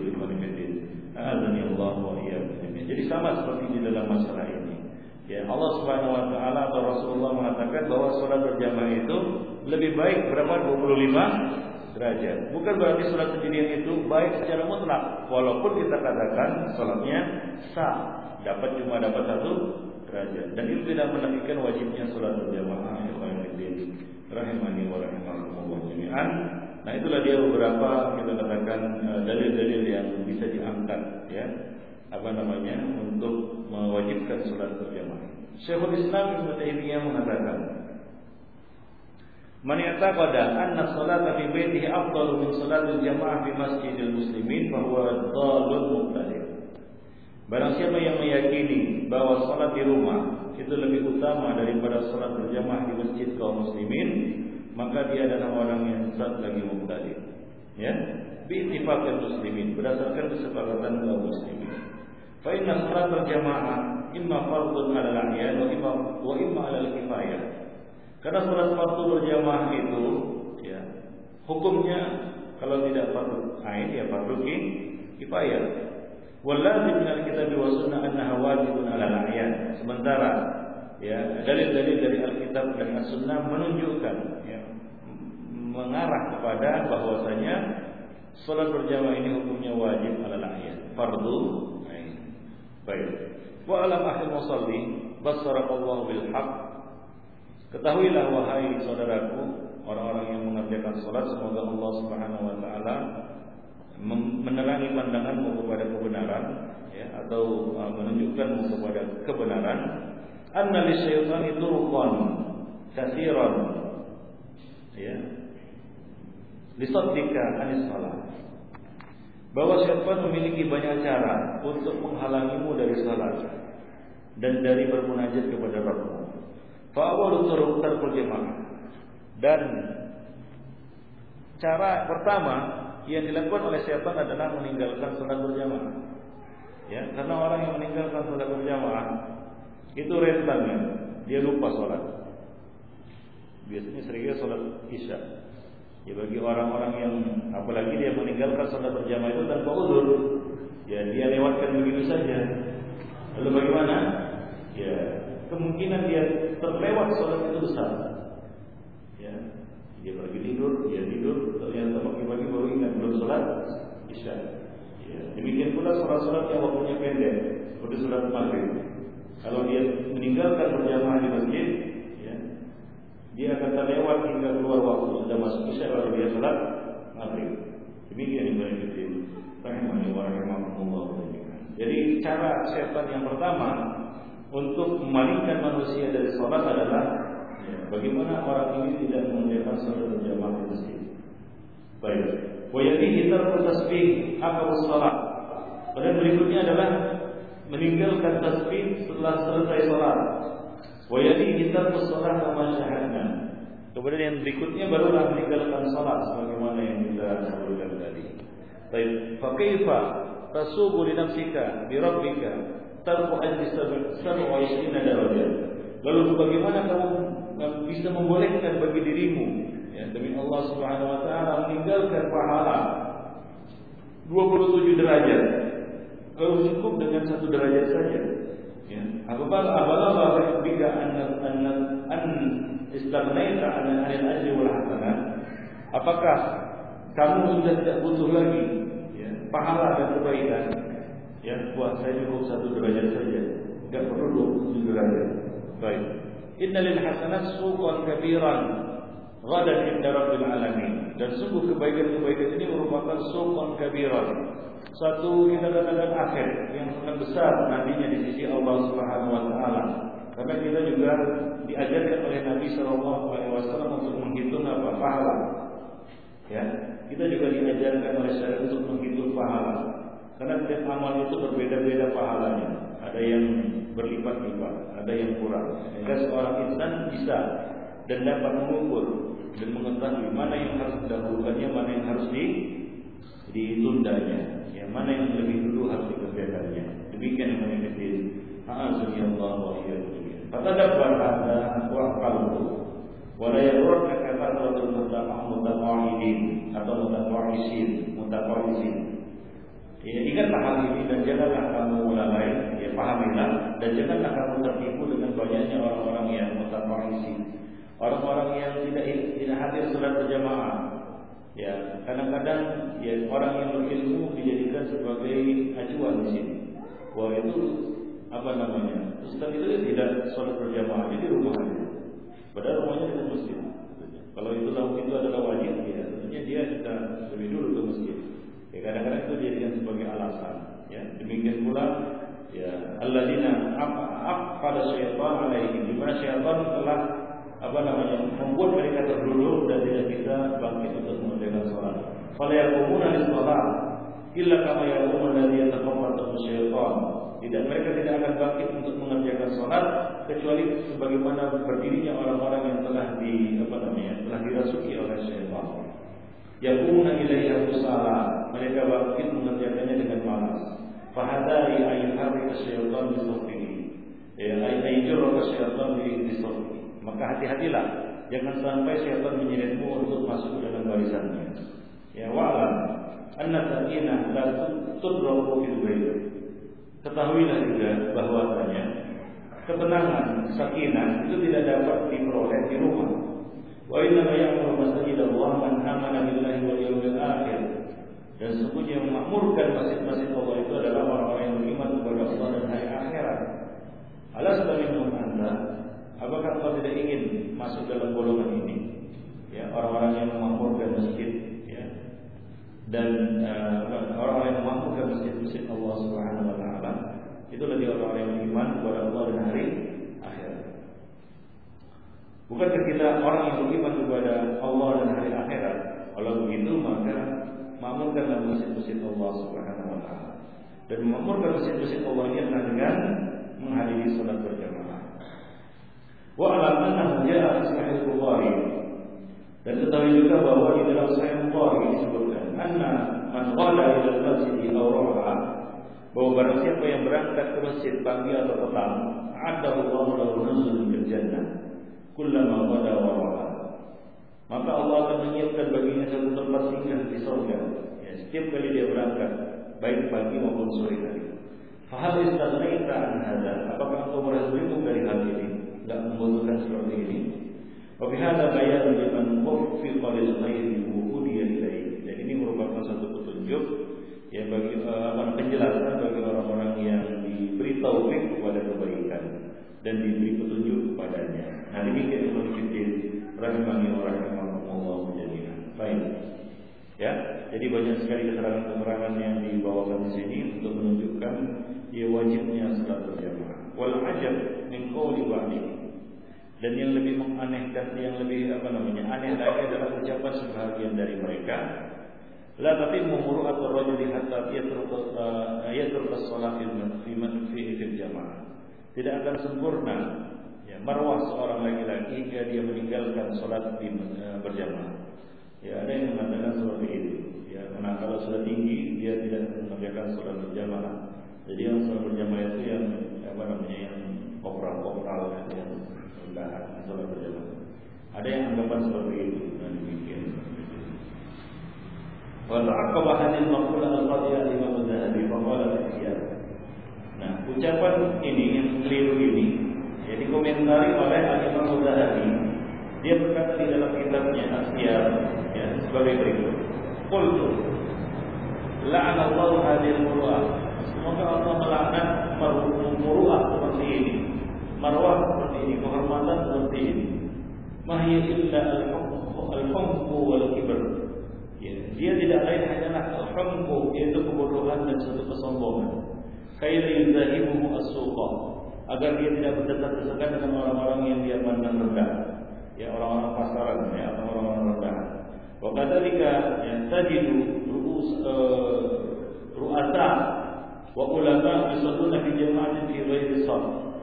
Azani Allah wa iyyakum. Jadi sama seperti di dalam masalah ini. Ya, Allah Subhanahu wa taala atau Rasulullah mengatakan bahwa salat berjamaah itu lebih baik berapa? dua puluh lima derajat. Bukan berarti salat sendirian itu baik secara mutlak. Walaupun kita katakan salatnya sah, dapat cuma dapat satu derajat. Dan itu tidak menafikan wajibnya salat berjamaah. Rahimani wa rahimakumullah jami'an. Nah, itulah dia beberapa kita katakan dalil-dalil yang bisa diangkat ya. Apa namanya? Untuk mewajibkan salat berjamaah. Syekhul Islam Ibnu Taimiyah mengatakan, "Man ya'taqada anna salata fi baitihi afdalu min salatil jamaah fi masjidil muslimin fa huwa dhalun mubtadi'." Barang siapa yang meyakini bahwa salat di rumah itu lebih utama daripada salat berjamaah di masjid kaum muslimin, maka dia adalah orang yang sesat lagi mubtadi'. Ya, bi ittifaqil muslimin, berdasarkan kesepakatan kaum muslimin. Fa inna salat berjamaah imma fardun 'ala al-'ayan wa imma wa imma 'ala al-kifayah. Karena salat fardu berjamaah itu ya, hukumnya kalau tidak fardu ain ya fardu kifayah. Wal lazim min al-kitab wa sunnah annaha wajibun 'ala al-'ayan. Sementara ya dalil-dalil dari Alkitab dan As-Sunnah menunjukkan ya, mengarah kepada bahwasanya salat berjamaah ini hukumnya wajib 'ala al-'ayan, fardu ain. Baik. Wa alam akhil musalli basarakallahu bil haqq. Ketahuilah wahai saudaraku, orang-orang yang mengerjakan salat, semoga Allah Subhanahu wa taala menerangi pandanganmu kepada kebenaran ya, atau uh, menunjukkanmu kepada kebenaran. Anna lisyaitani turuqan katsiran ya lisaddika anis salat. Bahwa syaitan memiliki banyak cara untuk menghalangimu dari salat dan dari bermunajat kepada Rabb-Mu. Fa awwalu turuq tarkul jamaah. Dan cara pertama yang dilakukan oleh syaitan adalah meninggalkan salat berjamaah. Ya, karena orang yang meninggalkan salat berjamaah itu rentannya, dia lupa salat. Biasanya seringnya salat Isya. Ya bagi orang-orang yang apalagi dia meninggalkan salat berjamaah itu tanpa uzur, ya dia lewatkan begitu saja. Lalu bagaimana? Ya, kemungkinan dia terlewat sholat itu besar. Ya, dia pergi tidur, dia tidur, ternyata pagi-pagi baru ingat belum sholat isya. Ya, demikian pula sholat-sholat yang waktunya pendek, seperti sholat maghrib. Kalau dia meninggalkan berjamaah di masjid, ya, dia akan terlewat hingga keluar waktu, sudah masuk isya baru dia sholat maghrib. Demikian yang berikutnya. Rahimani wa rahimakumullah. Jadi cara setan yang pertama untuk memalingkan manusia dari sholat adalah ya, bagaimana orang ini tidak mengerjakan sholat berjamaah di masjid. Baik. Wa yadihi tarku tasbih akal sholat. Dan berikutnya adalah meninggalkan tasbih setelah selesai sholat. Wa yadihi tarku sholat kama syahadna. Kemudian yang berikutnya barulah meninggalkan sholat sebagaimana yang kita sebutkan tadi. Baik. Fa kaifa tasubu li nafsika bi rabbika tarku ajli sab'a wa ishrina darajat. Lalu bagaimana kamu bisa membolehkan bagi dirimu ya demi Allah Subhanahu wa taala meninggalkan pahala dua puluh tujuh derajat? Kalau cukup dengan satu derajat saja. Ya. Apabila apabila bika an an an istaghnaita an al-ajri wal hasanat, apakah kamu sudah tidak butuh lagi ya, pahala dan kebaikan? Ya, buat saya cukup satu derajat saja, tidak perlu dua puluh tujuh derajat. Baik. Innalil hasanat suqan kabiran ghadan inda rabbil alamin. Dan sungguh kebaikan-kebaikan ini merupakan suqan kabiran, satu kita katakan akhir yang sangat besar nantinya di sisi Allah Subhanahu wa taala. Karena kita juga diajarkan oleh Nabi sallallahu alaihi wasallam untuk menghitung apa? Pahala. Ya, kita juga diajarkan oleh syariat untuk menghitung pahala. Karena setiap amal itu berbeda-beda pahalanya. Ada yang berlipat-lipat, ada yang kurang. Sehingga seorang insan bisa dan dapat mengukur dan mengetahui mana yang harus didahulukannya, mana yang harus di, ditundanya, ya, mana yang lebih dulu harus dikerjakannya. Demikian yang menjadi A'azanillah wa iyyakum. Fatadabbar hadza wa qalbu wa la yurraka kathratul mutaqawwidin atau mutaqawwisin, mutaqawwisin. Ya, ingatlah hal ini dan janganlah kamu lalai, ya pahamilah dan janganlah kamu tertipu dengan banyaknya orang-orang yang mutaqawwisin, orang-orang yang tidak tidak hadir salat berjamaah. Ya, kadang-kadang ya orang yang berilmu dijadikan sebagai acuan di sini. Wah itu apa namanya? Ustaz itu ya tidak salat berjamaah di rumah aja. Padahal rumahnya di masjid. Kalau itu itu adalah wajib, ya tentunya dia sudah lebih dulu ke masjid. Ya, kadang-kadang itu dijadikan sebagai alasan. Ya, demikian pula ya alladzina aqala syaitan alaihim, di mana syaitan telah apa namanya membuat mereka terduduk dan tidak bisa bangkit untuk mengerjakan sholat. Fala yaqumuna lis-shalah illa kama yaqumu alladhi yatakhabbathu syaitan. Tidak, mereka tidak akan bangkit untuk mengerjakan sholat kecuali sebagaimana berdirinya orang-orang yang telah di apa namanya telah dirasuki oleh syaitan. Yaqumuna ilaiha kusala, mereka bangkit mengerjakannya dengan malas. Fahadari ayyuharrika syaitan bisawtihi, ya ayyujurka syaitan bisawtihi. Maka hati-hatilah, jangan sampai syaitan menyeretmu untuk masuk ke dalam barisannya. Ya wa'lam anna sakinah la tudraku fil bait. Ketahuilah juga bahwasanya ketenangan sakinah itu tidak dapat diperoleh di rumah. Wa inna ma ya'muru masajidallah man amana billahi wal yawmil akhir. Dan sesungguhnya yang memakmurkan masjid-masjid Allah itu adalah orang-orang yang beriman kepada Allah dan hari akhirat. Alasta minhum anta, apakah kau tidak ingin masuk dalam golongan ini? Ya, orang-orang yang memakmurkan masjid, ya. Dan uh, orang-orang yang memakmurkan masjid-masjid Allah Subhanahu wa taala, itulah dia orang-orang yang beriman kepada Allah dan hari akhirat. Bukankah kita orang yang beriman kepada Allah dan hari akhirat? Kalau begitu maka makmurkanlah masjid-masjid Allah Subhanahu wa taala. Dan memakmurkan masjid-masjid Allah ini adalah dengan menghadiri salat berjamaah. Wa alam annahu jaa fi sahih Bukhari. Dan ketahui juga bahwa di dalam Sahih Bukhari disebutkan anna man qala ila al-masjid aw ra'a, bahwa barang siapa yang berangkat ke masjid pagi atau petang, a'addahu Allahu lahu nuzulun fil jannah kullama qada wa ra'a, maka Allah akan menyiapkan baginya satu tempat singgah di surga. Ya, setiap kali dia berangkat baik pagi maupun sore hari. Fahal istaghnaita an hadza? Apakah engkau merasa beruntung dari hal ini? Enggak membutuhkan seperti ini. Wa bi hadza bayan liman wuffiqa lil khairi wa hudiya ilaihi. Dan ini merupakan satu petunjuk ya bagi uh, penjelasan bagi orang-orang yang diberi taufik kepada kebaikan dan diberi petunjuk kepadanya. Nah, demikian Ibnu Fiddin rahimani wa rahimakumullah jami'an. Baik. Ya, jadi banyak sekali keterangan-keterangan yang dibawakan di sini untuk menunjukkan ya wajibnya salat berjamaah. Wal ajab min qawli ba'di. Dan yang lebih menganehkan, yang lebih apa namanya aneh lagi adalah ucapan sebahagian dari mereka, la tatimmu muru'atur rajuli hatta yatruka yatruka shalah fi fi fil jamaah. Tidak akan sempurna ya marwah seorang laki-laki jika dia meninggalkan salat di uh, berjamaah. Ya, ada yang mengatakan seperti itu. Ya, karena kalau sudah tinggi dia tidak mengerjakan salat berjamaah. Jadi yang salat berjamaah itu yang apa namanya yang kopral-kopral yang rendahan salat berjamaah. Ada yang anggapan seperti itu dan demikian. Wa ta'aqqaba hadhihi al-maqula al-qadiyah Imam Az-Zahabi fa qala al-Ihya. Nah, ucapan ini yang keliru ini ya dikomentari oleh Imam Az-Zahabi. Dia berkata di dalam kitabnya As-Siyar ya sebagai berikut. Qultu la'ana Allah hadhil muru'ah. Semoga Allah melaknat muru'ah seperti ini. Marwah seperti ini, kehormatan seperti ini. Ma hiya illa al-humqu wal kibr. Ya, dia tidak lain hanyalah al-humqu yaitu kebodohan dan suatu kesombongan. Kaila yuzahibuhu as-suqa, agar dia tidak berdesak-desakan dengan orang-orang yang dia pandang rendah. Ya, orang-orang pasaran ya, atau orang-orang rendah. Wa kadzalika ya tajidu ru'us ru'asa wa ulama yusalluna fi jama'atin fi ghairi shaf.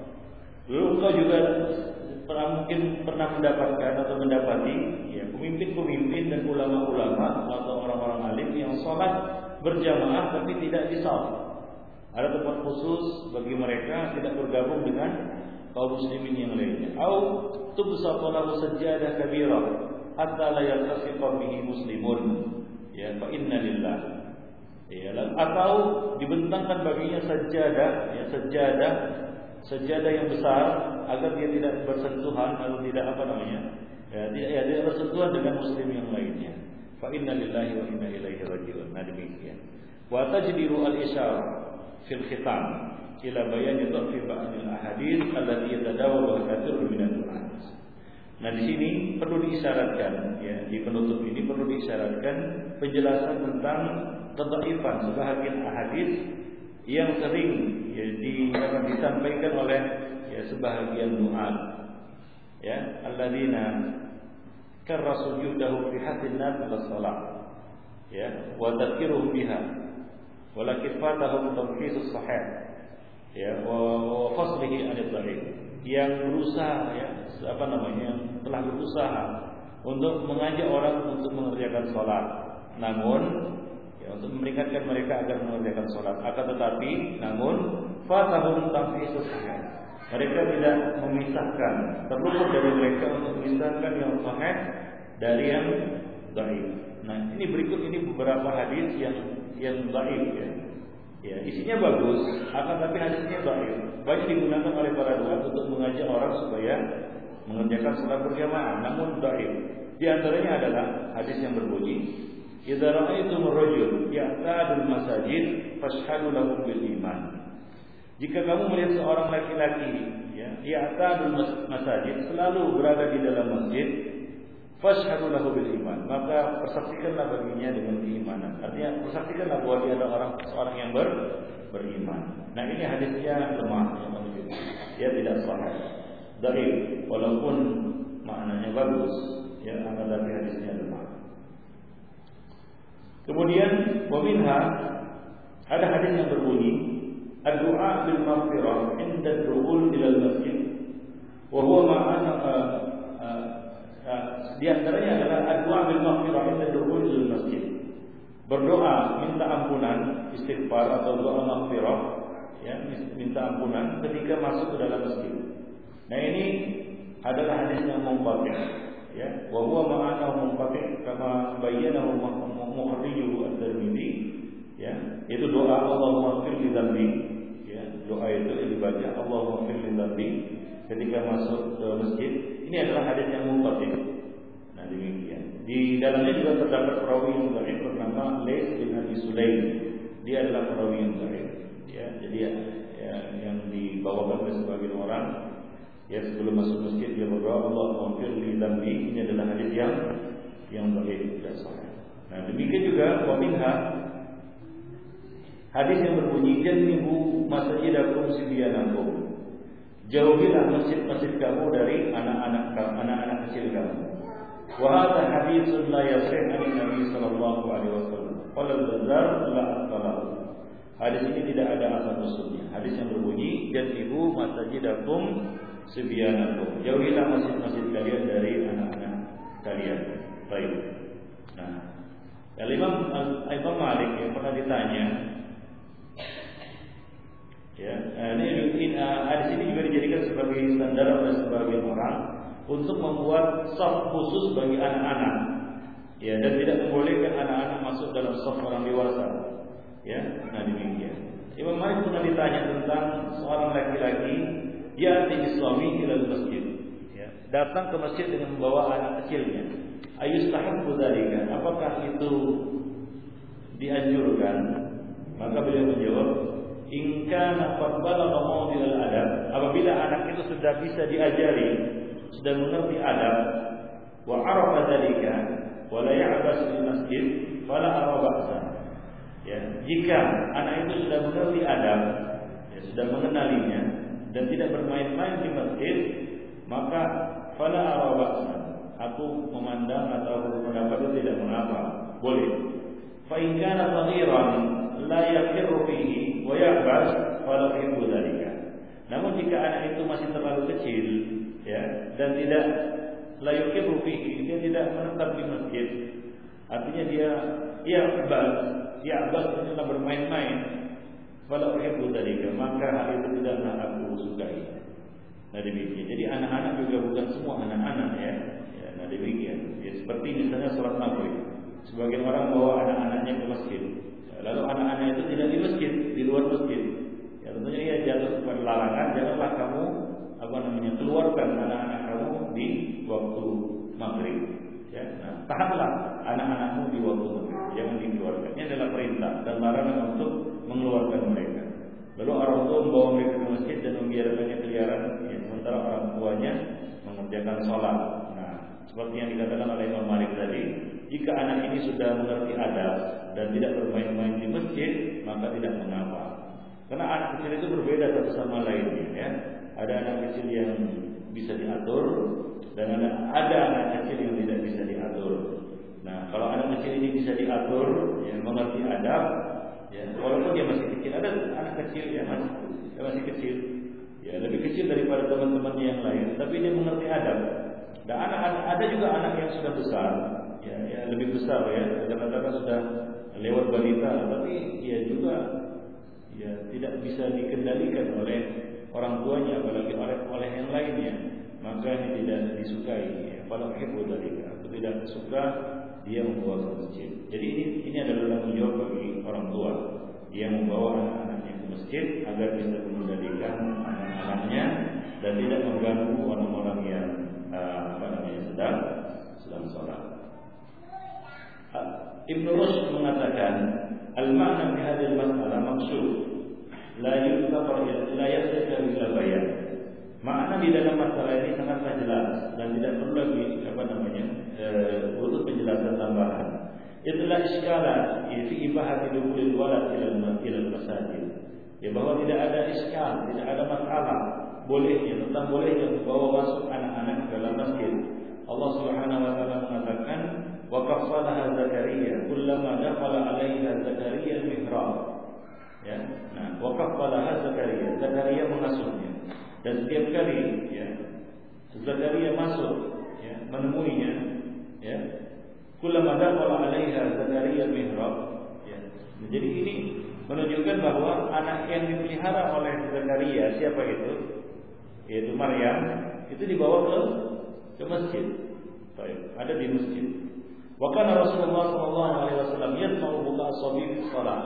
Lalu kau juga pernah mungkin pernah mendapatkan atau mendapati ya pemimpin-pemimpin dan ulama-ulama atau orang-orang alim yang sholat berjamaah tapi tidak di shaf. Ada tempat khusus bagi mereka tidak bergabung dengan kaum muslimin yang lainnya. Au tubsatu lahu sajjadah kabirah hatta la yaltasiqa bihi muslimun. Ya, fa inna lillah. Ya, atau dibentangkan baginya sajadah, ya sajadah, sajadah yang besar agar dia tidak bersentuhan atau tidak apa namanya? Ya, tidak ya, tidak bersentuhan dengan muslim yang lainnya. Fa inna lillahi wa inna ilaihi raji'un. Nah, demikian. Wa tajdiru al-isyarah fil khitam ila bayan fi ba'd al-ahadits allati yatadawwalu katsirun min al-du'at. Nah, di sini perlu diisyaratkan ya, di penutup ini perlu diisyaratkan penjelasan tentang kedhaifan sebahagian ahadits yang sering ya, di, akan disampaikan oleh ya, sebahagian du'at ya alladzina karrasu judahu fi hatin nas ala salat ya wa tadhkiruhum biha walakin fatahum tamhisus sahih ya wa faslihi anil dhaif, yang berusaha ya apa namanya yang telah berusaha untuk mengajak orang untuk mengerjakan salat, namun ya untuk memperingatkan mereka agar mengerjakan salat, akan tetapi namun fatahum tamhisus sahih, mereka tidak memisahkan, terluput dari mereka untuk memisahkan yang sahih dari yang dhaif. Nah, ini berikut ini beberapa hadis yang yang dhaif ya. Ya, isinya bagus, akan tapi hadisnya dhaif. Banyak digunakan oleh para ulama untuk mengajak orang supaya mengerjakan salat berjamaah, namun dhaif. Di antaranya adalah hadis yang berbunyi, "Idza ra'aitumur rajul ya'tadul masajid fashhadu lahu bil iman." Jika kamu melihat seorang laki-laki ya, ya'tadul masajid, selalu berada di dalam masjid, fashhadu lahu bil iman, maka persaksikanlah baginya dengan keimanan. Artinya persaksikanlah bahwa dia adalah orang seorang yang ber, beriman. Nah, ini hadisnya lemah ya, ya tidak sahih, dhaif, walaupun maknanya bagus ya, akan tapi hadisnya lemah. Kemudian wa minha, ada hadis yang berbunyi ad-du'a bil maghfirah inda ad-dukhul ila al-masjid wa huwa ma'ana di antaranya adalah ad-du'a bil maghfirah inda ad-dukhul ila al-masjid. Berdoa minta ampunan, istighfar atau doa maghfirah ya, minta ampunan ketika masuk ke dalam masjid. Nah, ini adalah hadis yang munqati ya, wa huwa ma'ana munqati kama bayyanahu Muharriju at-Tirmidzi ya, itu doa Allahumma ighfir li dzambi, ya, doa itu yang dibaca Allahumma ighfir li dzambi ketika masuk ke masjid. Ini adalah hadis yang munqati. Nah, demikian. Di dalamnya juga terdapat perawi yang dhaif bernama Lais bin Abi Sulaim. Dia adalah perawi yang dhaif, ya. Jadi ya, ya, yang dibawakan oleh sebagian orang, ya, sebelum masuk masjid dia berdoa Allahumma ighfir li dzambi. Ini adalah hadis yang yang dhaif, tidak sahih. Nah, demikian juga wa minha hadis yang berbunyi jannibu masajidakum sibyanakum. Jauhilah masjid-masjid kamu dari anak-anak anak-anak kecil kamu. Wa hadha haditsun la yasih an Nabi sallallahu alaihi wasallam. Qala al-Bazzar la aqbalahu. Hadis ini tidak ada asal usulnya. Hadis yang berbunyi jannibu masajidakum sibyanakum. Jauhilah masjid-masjid kalian dari anak-anak kalian. Baik. Nah, Al-Imam Al-Imam Malik yang pernah ditanya, ya, ini hadis ini juga dijadikan sebagai standar oleh sebagian orang untuk membuat shaf khusus bagi anak-anak, ya, dan tidak membolehkan anak-anak masuk dalam shaf orang dewasa, ya. Nah, demikian. Imam Malik pernah ditanya tentang seorang laki-laki ya'ti bisawmi ila masjid, ya, datang ke masjid dengan membawa anak kecilnya. Ayustahabbu dzalika, apakah itu dianjurkan? Maka beliau menjawab, in kana qad balagha mawdi'al adab, apabila anak itu sudah bisa diajari, sudah mengerti adab, wa arafa dzalika wa la ya'bas fil masjid fala ara ba'sa. Ya, jika anak itu sudah mengerti adab, ya, sudah mengenalinya dan tidak bermain-main di masjid, maka fala ara ba'sa. Aku memandang atau berpendapat itu tidak mengapa, boleh. Fa in kana saghiran la yaqiru fihi wa ya'bas fala yuhibbu dzalika. Namun jika anak itu masih terlalu kecil, ya, dan tidak la yaqiru fihi, dia tidak menetap di masjid, artinya dia ya'bas, ya'bas adalah bermain-main, fala yuhibbu dzalika, maka hal itu tidaklah aku sukai. Nah, demikian. Jadi anak-anak juga bukan semua anak-anak, ya. Nah, demikian. Ya, seperti misalnya sholat maghrib, sebagian orang bawa anak-anaknya ke masjid, lalu anak-anak itu tidak di masjid, di luar masjid. Ya, tentunya ia jatuh kepada larangan. Janganlah kamu apa namanya keluarkan anak-anak kamu di waktu maghrib. Ya, nah, tahanlah anak-anakmu di waktu maghrib, jangan dikeluarkan. Ini adalah perintah dan larangan untuk mengeluarkan mereka. Lalu orang tua membawa mereka ke masjid dan membiarkannya keliaran, ya, sementara orang tuanya mengerjakan sholat. Seperti yang dikatakan oleh Imam Malik tadi, jika anak ini sudah mengerti adab dan tidak bermain-main di masjid, maka tidak mengapa. Karena anak kecil itu berbeda satu sama lainnya, ya. Ada anak kecil yang bisa diatur dan ada, ada anak kecil yang tidak bisa diatur. Nah, kalau anak kecil ini bisa diatur, ya, mengerti adab, ya, walaupun dia masih kecil, ada anak kecil yang masih, ya, masih kecil, ya, lebih kecil daripada teman-temannya yang lain, tapi dia mengerti adab. Dan anak-anak ada juga anak yang sudah besar, ya, ya lebih besar, ya, kadang-kadang sudah lewat balita, tapi dia juga, ya, tidak bisa dikendalikan oleh orang tuanya, apalagi oleh oleh yang lainnya, maka ini tidak disukai. Ya, kalau ibu tadi, aku tidak suka dia membawa ke masjid. Jadi ini ini adalah tanggung jawab bagi orang tua yang membawa anak-anaknya ke masjid agar bisa mengendalikan anak-anaknya dan tidak mengganggu orang-orang yang Uh, apa namanya sedang sedang sholat. uh, Ibnu Rushd mengatakan al-ma'na fi hadhihi al-mas'alah maqsud la yutaqar la yahtaj ila bayan. Makna di dalam masalah ini sangatlah jelas dan tidak perlu lagi apa namanya uh, butuh penjelasan tambahan. Itulah iskala fi ibahati dukhulil walad ila al-masajid. Ya, bahwa tidak ada iskal, tidak ada masalah bolehnya tentang bolehnya membawa masuk anak-anak ke dalam masjid. Allah Subhanahu wa taala mengatakan wa qaffalaha Zakaria kullama dakhala 'alaiha Zakaria al-mihrab. Ya. Nah, wa qaffalaha Zakaria, Zakaria mengasuhnya. Dan setiap kali, ya, Zakaria masuk, ya, menemuinya, ya, kullama dakhala 'alaiha Zakaria al-mihrab, ya. Jadi ini menunjukkan bahwa anak yang dipelihara oleh Zakaria, siapa itu? Yaitu Maryam, itu dibawa ke ke masjid. Baik, ada di masjid. Wa kana Rasulullah sallallahu alaihi wasallam yasma'u buka as-sabi fi shalah.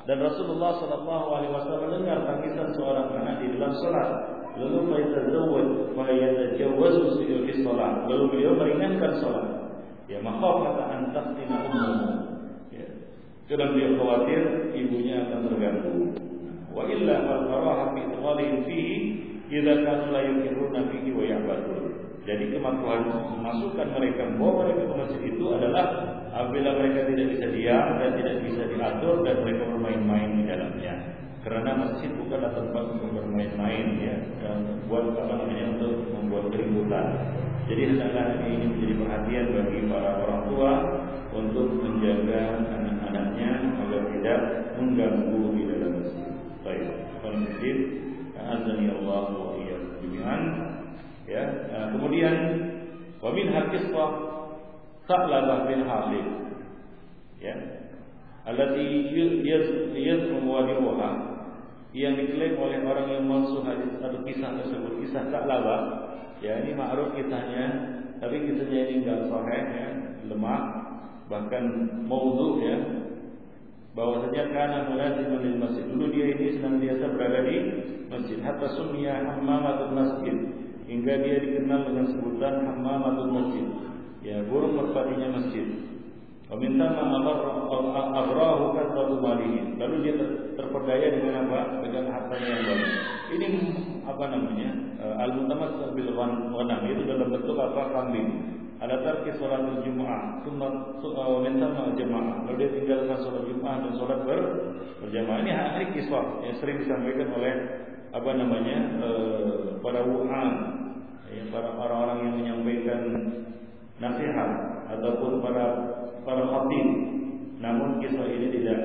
Dan Rasulullah Shallallahu Alaihi Wasallam mendengar tangisan seorang anak di dalam sholat. Lalu faitazawwaj fayatajawwazu fi sholat. Lalu beliau meringankan sholat. Ya, makhafata an taftina ummuhu. Ya. Karena beliau khawatir ibunya akan terganggu. Wa illa fal karaha fi idghalihim fihi idza kanu la yukiruna fihi wa ya'badun. Jadi kemampuan memasukkan mereka, membawa mereka ke masjid itu adalah apabila mereka tidak bisa diam dan tidak bisa diatur dan mereka bermain-main di dalamnya. Karena masjid bukanlah tempat untuk bermain-main, ya, dan buat apa namanya untuk membuat keributan. Jadi hendaklah ini menjadi perhatian bagi para orang tua untuk menjaga anak-anaknya agar tidak mengganggu di dalam masjid. Baik, masjid, azani Allah wa iyyakum jami'an. Ya, nah, kemudian wa min al-qisah Sa'labah bin Hatib, ya, allati yaz'um wadi'uha, yang diklaim oleh orang yang mensuh hadis atau kisah tersebut, kisah Sa'labah. Ya, ini ma'ruf kisahnya, tapi kisahnya ini enggak sahih, ya, lemah, bahkan maudhu, ya. Bahwasanya kana mulaziman lil masjid. Dulu dia ini senantiasa berada di masjid, hatta summiya hammamatul masjid. Hingga dia dikenal dengan sebutan hammamatul masjid, ya, burung merpatinya masjid. Meminta ma'abrahu kasratu malihi. Lalu dia terperdaya dengan apa? Dengan hartanya yang banyak. Ini apa namanya? Al-mutamassal bil ghanam, itu dalam bentuk apa? Kambing. Ada tarki sholatul Jumat, sunnah minta jamaah. Lalu dia tinggalkan sholat Jumat dan sholat ber, berjamaah. Ini hari kisah yang sering disampaikan oleh apa namanya e, para wu'an, ya, para orang-orang yang menyampaikan nasihat ataupun para para khatib. Namun kisah ini tidak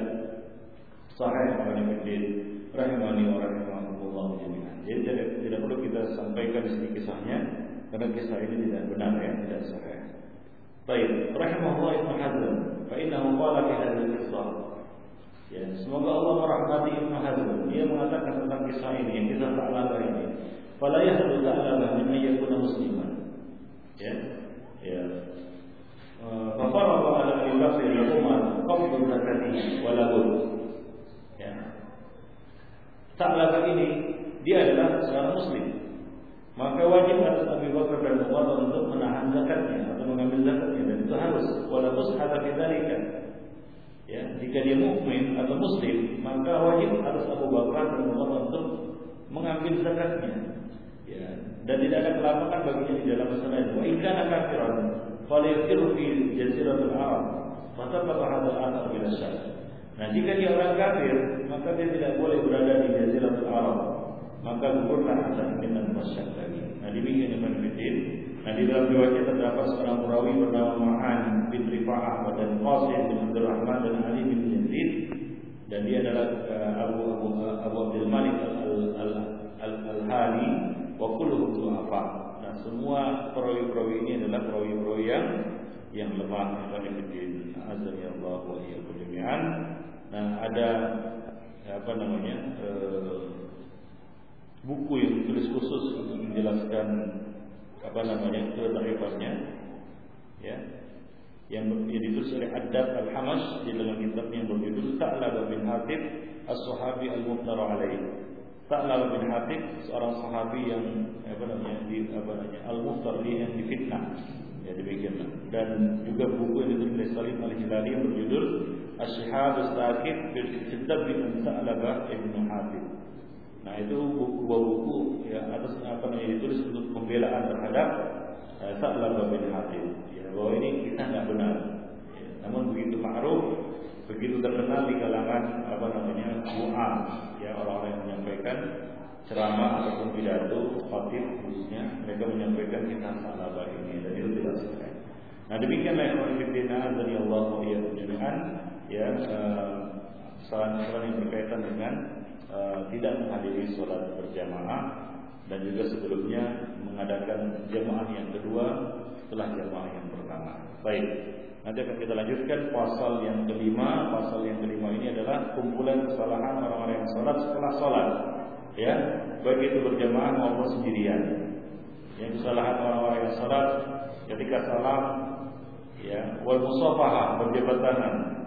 sahih oleh hadis rahimani wa rahimakumullah jami'an. Jadi tidak, tidak perlu kita sampaikan di sini kisahnya karena kisah ini tidak benar, ya, tidak sahih. Baik, rahimahullah Ibnu Hazm, fa innahu qala fi hadhihi kisah. Ya, semoga Allah merahmati Ibnu Hazm. Dia mengatakan tentang kisah ini, kisah Sa'labah ini. Fala yahdu Sa'labah min ayyakuna musliman. Ya. Ya. Fa farada ala Abi Bakr wa Umar qabla zakatihi wa lahu. Ya. Sa'labah ini dia adalah seorang muslim. Maka wajib atas Abu Bakar dan Umar untuk menahan zakatnya atau mengambil zakatnya, dan itu harus wala tushhada fi dzalika. Ya, jika dia mukmin atau muslim, maka wajib atas Abu Bakar dan Umar untuk mengambil zakatnya. Ya, dan tidak ada kelapangan baginya di dalam masalah itu. Wa in kana kafiran, falyakhiru fi jaziratul Arab. Fatabqa hadzal athar bil syarh. Nah, jika dia orang kafir, maka dia tidak boleh berada di jaziratul Arab. Maka gugurlah asal ini tanpa syak lagi. Nah, demikian Ibn Fitin. Nah, di dalam riwayatnya terdapat seorang perawi bernama Ma'an bin Rifa'ah dan Qasim bin Abdul Rahman dan Ali bin Yazid, dan dia adalah uh, Abu Abu Abu Abdul Malik Al-Hali wa kulluhum du'afa. Nah, semua perawi-perawi ini adalah perawi-perawi yang yang lemah. Ibn Fitin, azza Allah wa iyyakum jami'an. Nah, ada apa namanya? Uh, buku yang ditulis khusus untuk menjelaskan apa namanya keterkaitannya, ya, yang, yang ditulis oleh Addad Al-Hamash di dalam kitabnya yang berjudul Sa'labah bin Hatib As-Sahabi Al-Muftara Alaih. Sa'labah bin Hatib seorang sahabi yang apa namanya di apa namanya Al-Muftar, yang difitnah, ya, demikianlah. Dan juga buku yang ditulis oleh Salim Al-Hilali yang berjudul Ash-Shihab As-Saqib bil Kitab bin Sa'labah bin Hatib. Nah, itu buku, dua buku, ya, atas apa namanya ditulis untuk pembelaan terhadap uh, Sa'labah bin Hatib, ya, bahwa ini kita tidak benar, ya, namun begitu ma'ruf, begitu terkenal di kalangan apa namanya wu'am, ya, orang-orang yang menyampaikan ceramah ataupun pidato khatib khususnya, mereka menyampaikan kisah Sa'labah ini, dan itu tidak sahih. Nah, demikianlah yang fillah dari Allah wa jami'an, ya, kesalahan-kesalahan yang berkaitan dengan Uh, tidak menghadiri sholat berjamaah, dan juga sebelumnya mengadakan jamaah yang kedua setelah jamaah yang pertama. Baik, nanti akan kita lanjutkan pasal yang kelima. Pasal yang kelima ini adalah kumpulan kesalahan orang-orang yang sholat setelah sholat, ya, baik itu berjamaah maupun sendirian. Yang kesalahan orang-orang yang sholat ketika salam, ya, wal musafahah, berjabat tangan,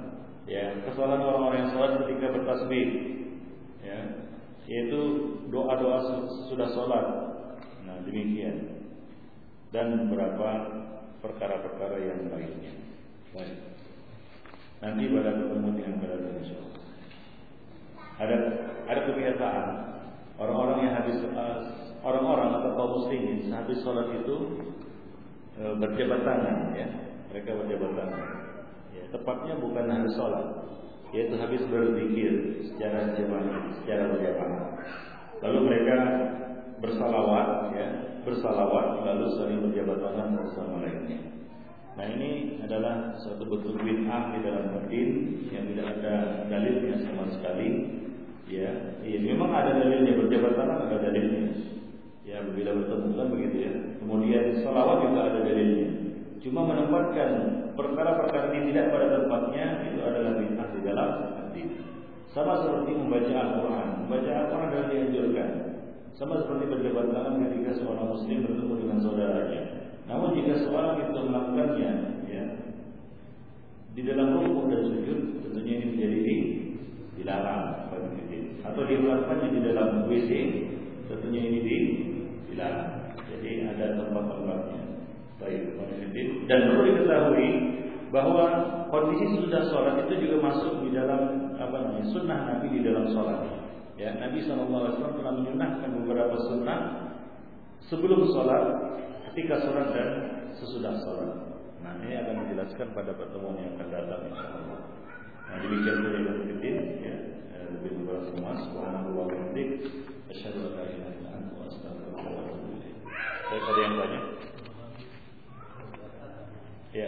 Ya, kesalahan orang-orang yang sholat ketika bertasbih, ya, yaitu doa-doa sudah sholat. Nah, demikian. Dan beberapa perkara-perkara yang lainnya. Baik. Nanti pada pertemuan yang akan datang insyaallah. Ada ada kebiasaan orang-orang yang habis uh, orang-orang atau kaum muslimin habis sholat itu uh, berjabat tangan, ya. Mereka berjabat tangan. Ya, tepatnya bukan habis sholat, yaitu habis berzikir secara jamaah, secara berjamaah. Lalu mereka bersalawat, ya, bersalawat lalu saling berjabat tangan bersama lainnya. Nah, ini adalah suatu bentuk bid'ah di dalam din yang tidak ada dalilnya sama sekali. Ya, ya memang ada dalilnya, berjabat tangan ada dalilnya. Ya, bila bertemu kan begitu ya. Kemudian salawat juga ada dalilnya. Cuma menempatkan perkara-perkara ini tidak pada tempatnya itu adalah bid'ah di dalam din. Sama seperti membaca Al-Quran. Membaca Al-Quran adalah dianjurkan. Sama seperti berjabat tangan ketika seorang muslim bertemu dengan saudaranya. Namun jika seorang itu melakukannya, ya, di dalam rukuk dan sujud, tentunya ini menjadi dilarang bagi kita. Atau dia melakukannya di dalam W C, tentunya ini dilarang. Jadi ada tempat-tempatnya. Baik, dan perlu diketahui bahwa kondisi sudah sholat itu juga masuk di dalam apa namanya sunnah Nabi di dalam sholat. Ya, Nabi shallallahu alaihi wasallam telah menyunnahkan beberapa sunnah sebelum sholat, ketika sholat dan sesudah sholat. Nah, ini akan dijelaskan pada pertemuan yang akan datang insyaallah. Nah, demikian saja yang penting, ya. Lebih beberapa semua. Subhanallah wa bihamdihi, asyhadu an la ilaha illa anta, astaghfiruka wa atubu ilaik. Baik, ada yang tanya? Ya.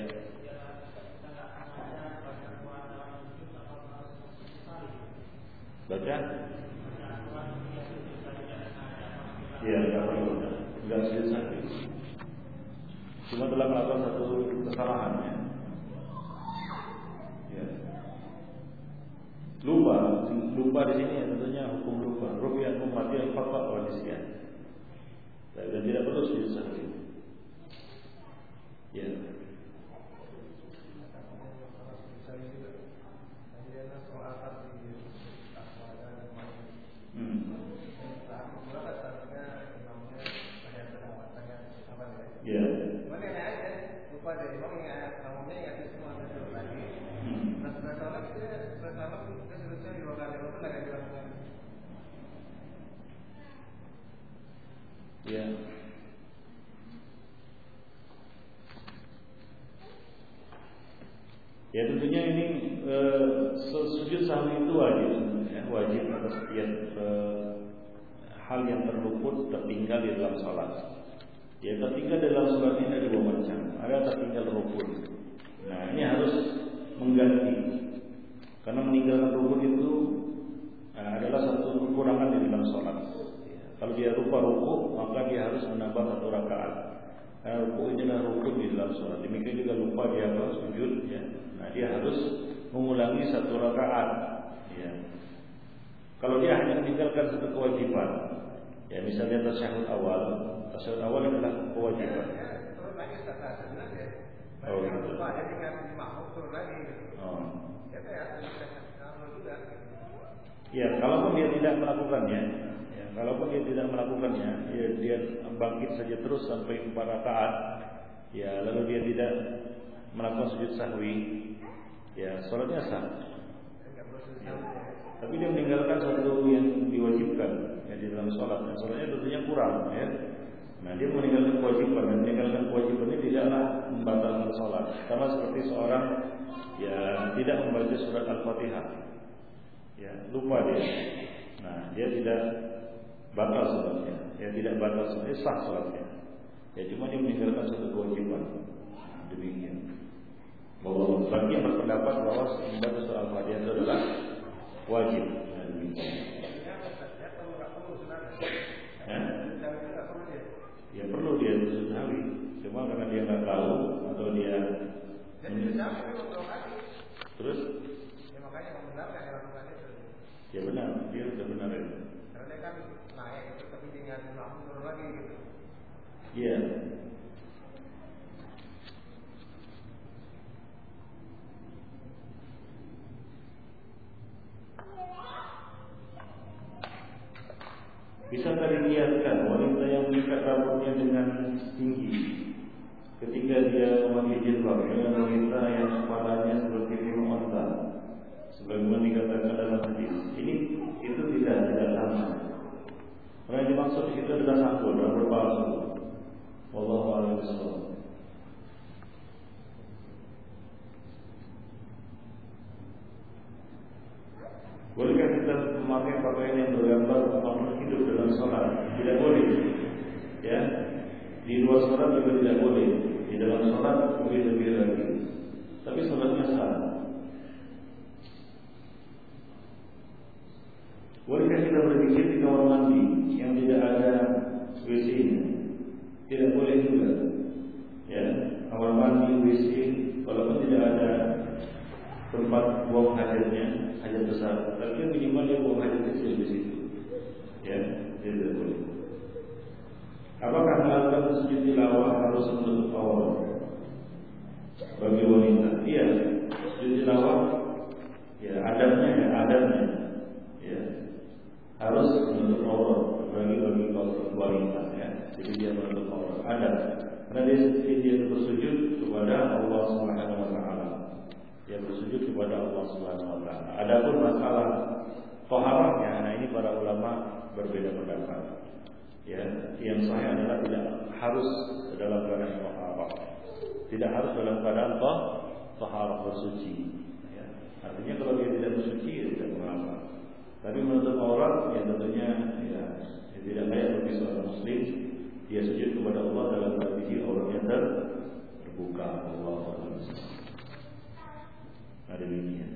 Baca? Iya, tidak perlu. Tidak selesai. Cuma telah melakukan satu kesalahan, ya. Ya. Lupa, lupa di sini ya, tentunya hukum lupa. Ru'yat ummati al-khata' wa nisyan. Dan tidak perlu selesai. Ya. Ya. Ya, tentunya ini e, sujud sahwi itu wajib, ya, wajib atas setiap e, hal yang terluput tertinggal di dalam salat. Ya, tertinggal di dalam salat ini ada dua macam. Ada tertinggal rukun. Nah, ini harus mengganti. Karena meninggalkan rukun itu e, adalah satu kekurangan di dalam salat. Kalau dia lupa rukuk, maka dia harus menambah satu rakaat. Karena rukuk ini adalah rukun di dalam sholat. Demikian juga lupa dia harus sujud, ya. Nah, dia harus mengulangi satu rakaat, ya. Kalau dia hanya meninggalkan satu kewajiban, ya, misalnya tasyahud awal, tasyahud awal adalah kewajiban. Oh, gitu. Oh. Ya, kalaupun dia tidak melakukannya. Kalaupun dia tidak melakukannya, ya, dia bangkit saja terus sampai empat rakaat, ya, lalu dia tidak melakukan sujud sahwi, ya, sholatnya sah. Ya. Tapi dia meninggalkan sesuatu yang diwajibkan, ya, di dalam sholat, dan sholatnya tentunya kurang, ya. Nah, dia meninggalkan kewajiban, dan meninggalkan kewajiban ini tidaklah membatalkan sholat, sama seperti seorang, ya, tidak membaca surat Al-Fatihah, ya, lupa dia. Nah, dia tidak batal sholatnya, ya, tidak batal sholatnya, sah sholatnya. Ya, cuma dia meninggalkan satu kewajiban. Demikian. Bahwa bagi yang berpendapat bahwa membaca surah Al-Fatihah itu adalah wajib. Nah, demikian. Ya? Ya, perlu dia sahwi. Cuma karena dia nggak tahu atau dia terus, ya, makanya membenarkan ya lakukan itu. Ya, benar, dia sudah benar itu. Karena dia kan naik itu tapi dia langsung turun lagi gitu. Iya. dilihatkan wanita yang mengikat rambutnya dengan tinggi ketika dia memakai jilbab dengan wanita yang kepalanya seperti burung onta, sebagaimana dikatakan dalam hadis. Ini itu tidak tidak sama. Karena yang dimaksud itu adalah sangkul dan berpalsu. Wallahu a'lam bishawab. Bolehkah kita memakai pakaian yang bergambar makhluk hidup dalam sholat? Tidak boleh. Ya, di luar sholat juga tidak boleh. Di dalam sholat lebih-lebih lagi. Tapi sholatnya sah. Bolehkah kita berzikir di kamar mandi yang tidak ada W C-nya? Tidak boleh juga. Ya, kamar mandi, W C, walaupun tidak ada tempat buang hajatnya, hajat besar, tapi minimal dia buang hajat kecil di situ. Ya, tidak boleh. Apakah melakukan sujud tilawah harus menutup aurat bagi wanita? Iya, sujud tilawah, ya adabnya, ya adabnya, ya harus menutup aurat bagi bagi wanita, ya. Jadi dia menutup aurat, adab. Karena dia, dia bersujud kepada Allah Subhanahu Wa Taala. Dia bersujud kepada Allah Subhanahu Wa Taala. Adapun masalah taharahnya, nah ini para ulama berbeda pendapat. Ya, yang sahih adalah tidak harus dalam keadaan taharah. Tidak harus dalam keadaan taharah bersuci. Ya. Artinya kalau dia tidak bersuci, ya tidak mengapa. Tapi menutup aurat, ya tentunya ya, ya tidak layak bagi seorang muslim. Dia sujud kepada Allah dalam kondisi auratnya terbuka. Allah Subhanahu. Ada demikian.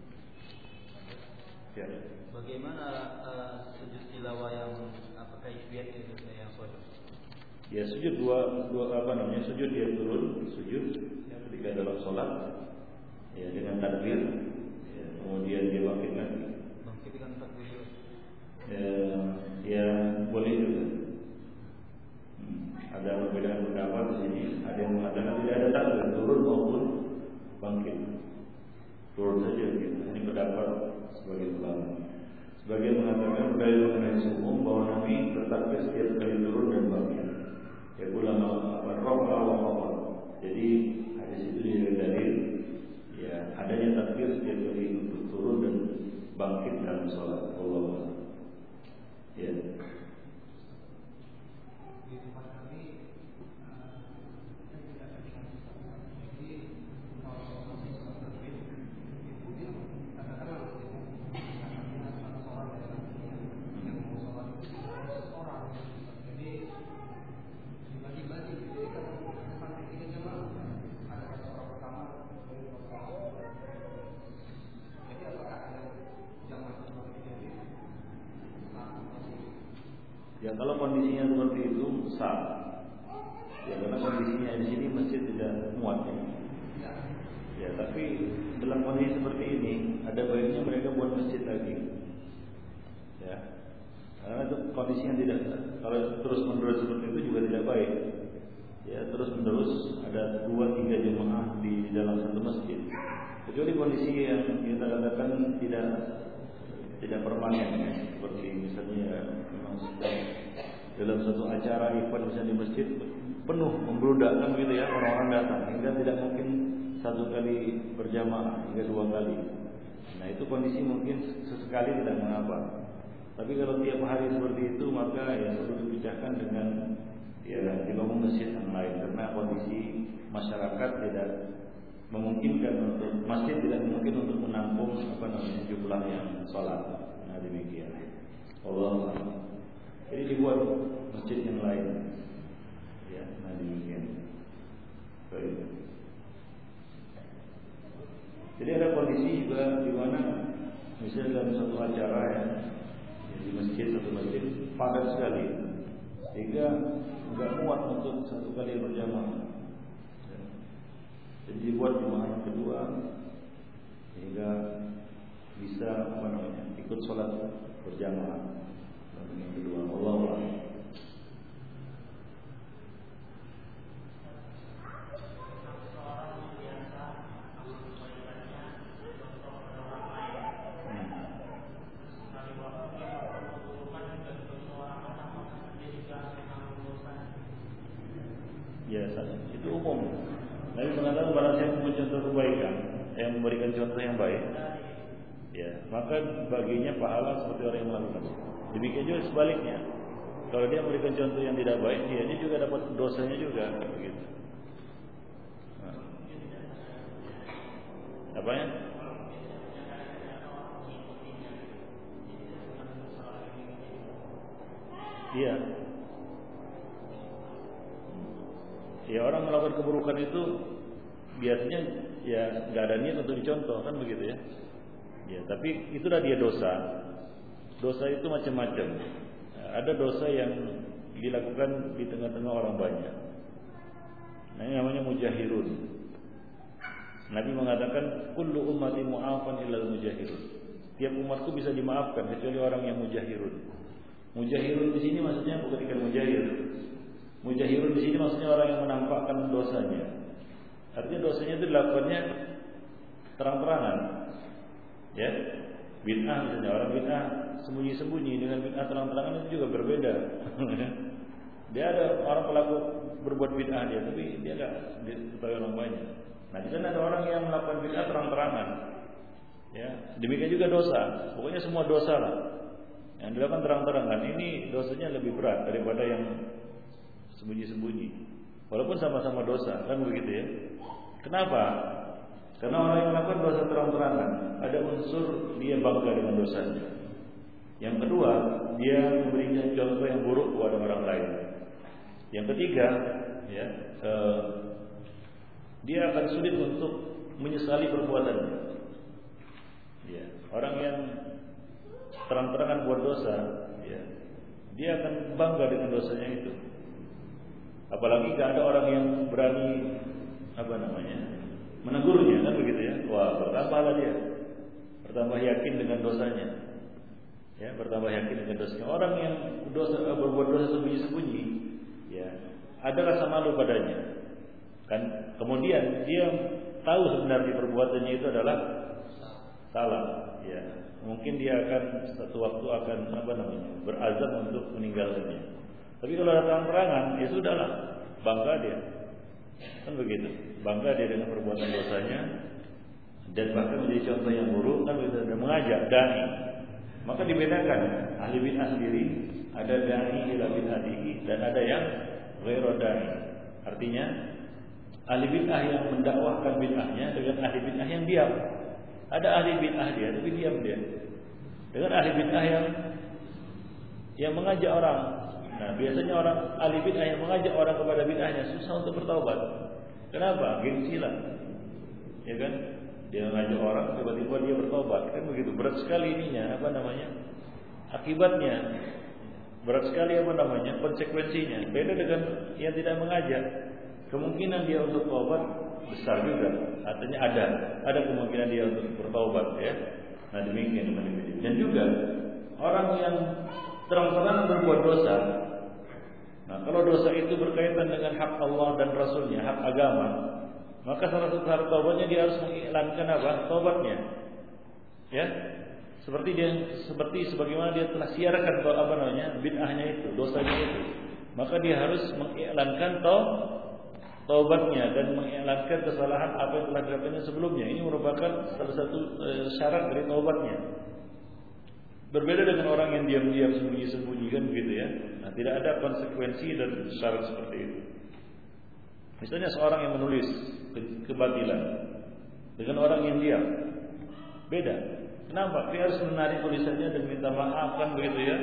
Ya. Bagaimana uh, sujud tilawah yang apa kaifiat itu yang sahih? Ya sujud dua, dua apa namanya sujud dia turun sujud ya, ketika dalam sholat ya dengan takbir ya, kemudian dia bangkit lagi. Bangkit dengan takbir. Ya, ya boleh juga. Hmm, ada perbedaan pendapat di sini. Ada yang mengatakan tidak ada takbir turun maupun bangkit. Turun saja gitu. Ini pendapat sebagai ulama. Sebagian mengatakan berdalil mengenai umum bahwa Nabi bertakbir setiap kali turun dan bangkit. Ya ulama apa rofa wa rofa. Jadi hadis itu dia dalil ya adanya takbir setiap kali untuk turun dan bangkit dalam sholat. Allah. Ya. Di tempat kami tidak ada jadi kalau masih sholat takbir itu dia katakanlah ya kalau kondisinya seperti itu sah. Ya karena kondisinya di sini masjid tidak muat ya. Ya tapi dalam kondisi seperti ini ada baiknya mereka buat masjid lagi. Ya. Karena itu kondisinya tidak kalau terus menerus seperti itu juga tidak baik. Ya terus menerus ada dua tiga jemaah di dalam satu masjid. Kecuali kondisi yang kita katakan tidak tidak permanen ya. Seperti misalnya memang sedang dalam satu acara event misalnya di masjid penuh membludak kan gitu ya orang-orang datang hingga tidak mungkin satu kali berjamaah hingga dua kali. Nah itu kondisi mungkin sesekali tidak mengapa. Tapi kalau tiap hari seperti itu maka ya perlu dipecahkan dengan ya dibangun masjid yang lain karena kondisi masyarakat tidak memungkinkan untuk masjid tidak mungkin untuk menampung apa namanya jumlah yang sholat. Nah demikian. Allah. Jadi dibuat masjid yang lain. Ya, nah demikian. Baik. Jadi ada kondisi juga di mana misalnya dalam satu acara ya, ya di masjid atau masjid padat sekali, sehingga enggak muat untuk satu kali berjamaah. Ya. Jadi dibuat jemaah yang kedua sehingga bisa apa namanya ikut sholat berjamaah. Yang kedua, Allah Allah. misalnya. Itu umum. Nabi mengatakan barang siapa mencontoh kebaikan, yang memberikan contoh yang baik, ya maka baginya pahala seperti orang yang melakukan. Demikian juga sebaliknya. Kalau dia memberikan contoh yang tidak baik, dia, dia juga dapat dosanya juga, begitu. Nah. Apanya? Iya. Ya orang melakukan keburukan itu biasanya ya nggak ada niat untuk dicontoh, kan begitu ya. Ya, tapi itulah dia dosa. Dosa itu macam-macam. Nah, ada dosa yang dilakukan di tengah-tengah orang banyak. Nah, ini namanya mujahirun. Nabi mengatakan kullu ummati mu'afan illal mujahirun. Tiap umatku bisa dimaafkan kecuali orang yang mujahirun. Mujahirun di sini maksudnya bukan ikan mujahir. Mujahirun di sini maksudnya orang yang menampakkan dosanya. Artinya dosanya itu dilakukannya terang-terangan. Ya, bid'ah misalnya, orang bid'ah sembunyi-sembunyi dengan bid'ah terang-terangan itu juga berbeda. Dia ada orang pelaku berbuat bid'ah dia, tapi dia enggak diketahui orang banyak. Nah, di sana ada orang yang melakukan bid'ah terang-terangan. Ya, demikian juga dosa. Pokoknya semua dosa lah yang dilakukan terang-terangan ini dosanya lebih berat daripada yang sembunyi-sembunyi. Walaupun sama-sama dosa, kan begitu ya. Kenapa? Karena orang yang melakukan dosa terang-terangan ada unsur dia bangga dengan dosanya. Yang kedua, dia memberikan contoh yang buruk kepada orang lain. Yang ketiga, ya, eh, dia akan sulit untuk menyesali perbuatannya. Ya, orang yang terang-terangan buat dosa, ya, dia akan bangga dengan dosanya itu. Apalagi kalau ada orang yang berani apa namanya menegurnya, kan begitu ya. Wah, bertambahlah dia, bertambah yakin dengan dosanya. Ya, bertambah yakin dengan dosanya. Orang yang dosa, berbuat dosa sembunyi-sembunyi, ya, ada rasa malu padanya. Kan, kemudian dia tahu sebenarnya perbuatannya itu adalah salah. Ya, mungkin dia akan satu waktu akan apa namanya berazam untuk meninggalkannya. Tapi kalau ada terang-terangan, ya sudahlah, bangga dia, kan begitu, bangga dia dengan perbuatan dosanya, dan bahkan menjadi contoh yang buruk, kan begitu, dan mengajak dai. Maka dibedakan ahli bid'ah sendiri, ada dai ila bid'atihi dan ada yang ghairu dai. Artinya ahli bid'ah yang mendakwahkan bid'ahnya dengan ahli bid'ah yang diam. Ada ahli bid'ah dia tapi diam dia. Dengan ahli bid'ah yang yang mengajak orang. Nah, biasanya orang ahli bid'ah yang mengajak orang kepada bid'ahnya susah untuk bertaubat. Kenapa? Gengsi lah. Ya kan? Dia mengajak orang tiba-tiba dia bertobat. Kan begitu. Berat sekali ininya, apa namanya? Akibatnya. Berat sekali apa namanya? Konsekuensinya. Beda dengan yang tidak mengajak. Kemungkinan dia untuk taubat besar juga. Artinya ada, ada kemungkinan dia untuk bertaubat, ya. Nah, demikian teman-teman. Dan juga orang yang terang-terangan berbuat dosa. Nah, kalau dosa itu berkaitan dengan hak Allah dan Rasulnya, hak agama, maka salah satu syarat taubatnya dia harus mengiklankan apa? Taubatnya. Ya. Seperti dia seperti sebagaimana dia telah siarkan apa namanya? Bid'ahnya itu, dosanya itu. Maka dia harus mengiklankan taubat taubatnya dan mengiklankan kesalahan apa yang telah dilakukannya sebelumnya. Ini merupakan salah satu e, syarat dari taubatnya. Berbeda dengan orang yang diam-diam sembunyi-sembunyi, kan begitu ya. Nah, tidak ada konsekuensi dan syarat seperti itu. Misalnya seorang yang menulis ke kebatilan dengan orang yang diam, beda. Kenapa? Dia harus menarik tulisannya dan minta maaf, kan begitu ya.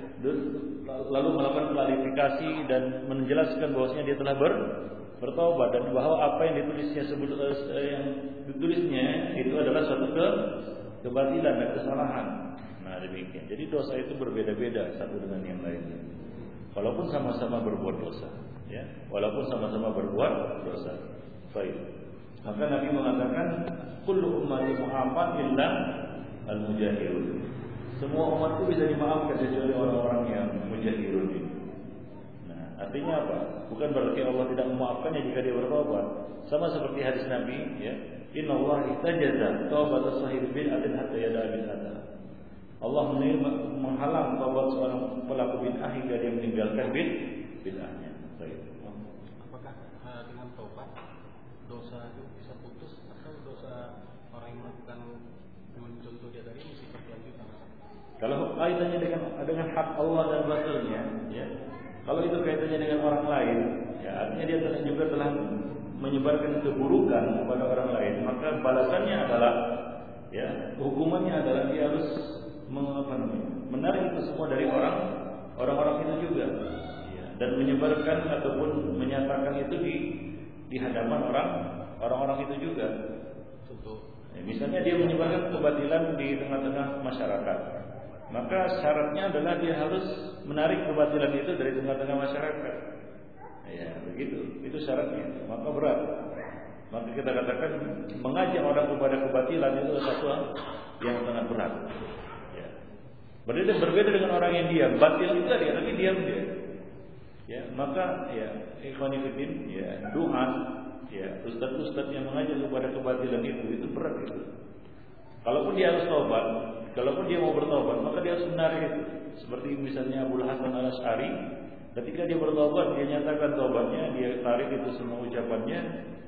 Lalu melakukan klarifikasi dan menjelaskan bahwasanya dia telah ber bertaubat dan bahwa apa yang ditulisnya sebut yang ditulisnya itu adalah suatu ke kebatilan dan kesalahan. Nah, demikian. Jadi dosa itu berbeda-beda satu dengan yang lainnya. Walaupun sama-sama berbuat dosa, ya. Walaupun sama-sama berbuat dosa. Baik. Maka Nabi mengatakan kullu ummati mu'afan illa al-mujahirun. Semua umatku bisa dimaafkan kecuali orang-orang yang mujahirun ini. Artinya apa? Bukan berarti Allah tidak memaafkannya jika dia bertobat. Sama seperti hadis Nabi, ya. Inna Allah ihtajaza taubat as-sahih bid'atin hatta yada'a bid'atah. Allah menghalang taubat seorang pelaku bid'ah hingga dia meninggalkan bid bid'ahnya. Baik. Apakah uh, dengan taubat dosa itu bisa putus atau dosa orang yang melakukan contoh dia tadi mesti berkelanjutan? Kalau kaitannya dengan dengan hak Allah dan Rasulnya, ya. Kalau itu kaitannya dengan orang lain, ya artinya dia telah juga telah menyebarkan keburukan kepada orang lain, maka balasannya adalah, ya, hukumannya adalah dia harus mengapa namanya, menarik itu semua dari orang orang-orang itu juga, ya, dan menyebarkan ataupun menyatakan itu di di hadapan orang orang-orang itu juga. Contoh, ya, misalnya dia menyebarkan kebatilan di tengah-tengah masyarakat. Maka syaratnya adalah dia harus menarik kebatilan itu dari tengah-tengah masyarakat. Ya, begitu. Itu syaratnya. Maka berat. Maka kita katakan mengajak orang kepada kebatilan itu satu yang sangat berat. Ya. Berbeda berbeda dengan orang yang diam. Batil juga dia, tapi diam dia. Ya, maka ya, ikhwan fillah, ya, duha, ya, ustaz-ustaz yang mengajak kepada kebatilan itu itu berat itu. Kalaupun dia harus taubat, kalaupun dia mau bertobat, maka dia harus menarik itu. Seperti misalnya Abul Hasan Al-Asy'ari, ketika dia bertobat, dia nyatakan taubatnya, dia tarik itu semua ucapannya,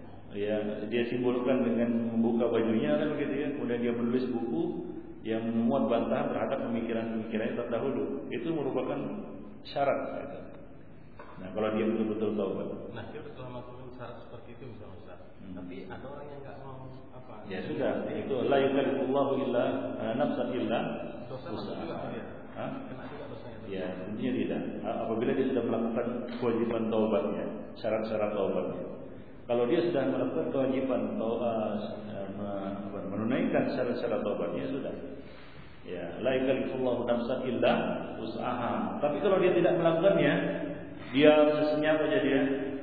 ya, dia simbolkan dengan membuka bajunya kan begitu ya. Kemudian dia menulis buku yang memuat bantahan terhadap pemikiran-pemikirannya terdahulu. Itu merupakan syarat gitu. Nah, kalau dia betul-betul taubat. Nah, dia telah melakukan syarat seperti itu misalnya Ustaz. Hmm. Tapi ada orang yang enggak mau apa? Ya sudah, itu la yukallifullahu illa nafsan illa usaha. Hah? Kena juga dosanya. Ya, tentunya tidak. Apabila dia sudah melakukan kewajiban taubatnya, syarat-syarat taubatnya. Kalau dia sudah melakukan kewajiban taubat, menunaikan syarat-syarat taubatnya, sudah. Ya, la yukallifullahu nafsan illa usaha. Tapi kalau dia tidak melakukannya, dia sesenyap aja dia,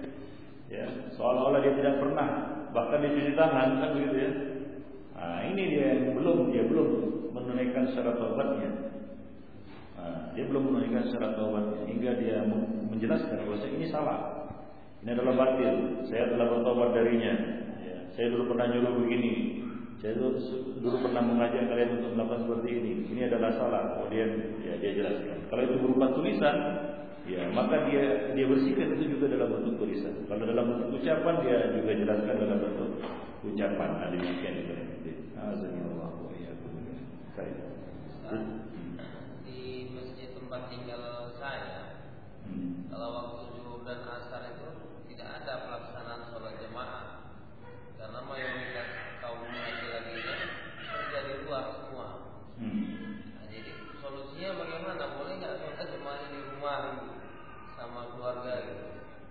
ya, seolah-olah dia tidak pernah, bahkan dia cuci tangan kan begitu ya. Nah, ini dia yang belum dia belum menunaikan syarat taubatnya. Nah, dia belum menunaikan syarat taubatnya hingga dia menjelaskan bahwa ini salah, ini adalah batil, saya telah bertobat darinya. Ya, saya dulu pernah nyuruh begini, saya dulu, dulu pernah mengajak kalian untuk melakukan seperti ini. Ini adalah salah. Kemudian ya, dia jelaskan. Kalau itu berupa tulisan, ya, maka dia dia bersihkan itu juga dalam bentuk tulisan. Kalau dalam bentuk ucapan, dia juga jelaskan dalam bentuk ucapan. Ada demikian itu. Azanillah wa iyyakum. Baik. Di masjid tempat tinggal saya, hmm. kalau waktu zuhur dan asar itu tidak ada pelaksanaan sholat jemaah karena mayoritas kaum laki-lakinya kerja di luar semua. Hmm. Nah, jadi solusinya bagaimana? Boleh nggak sholat jemaah di rumah sama keluarga gitu?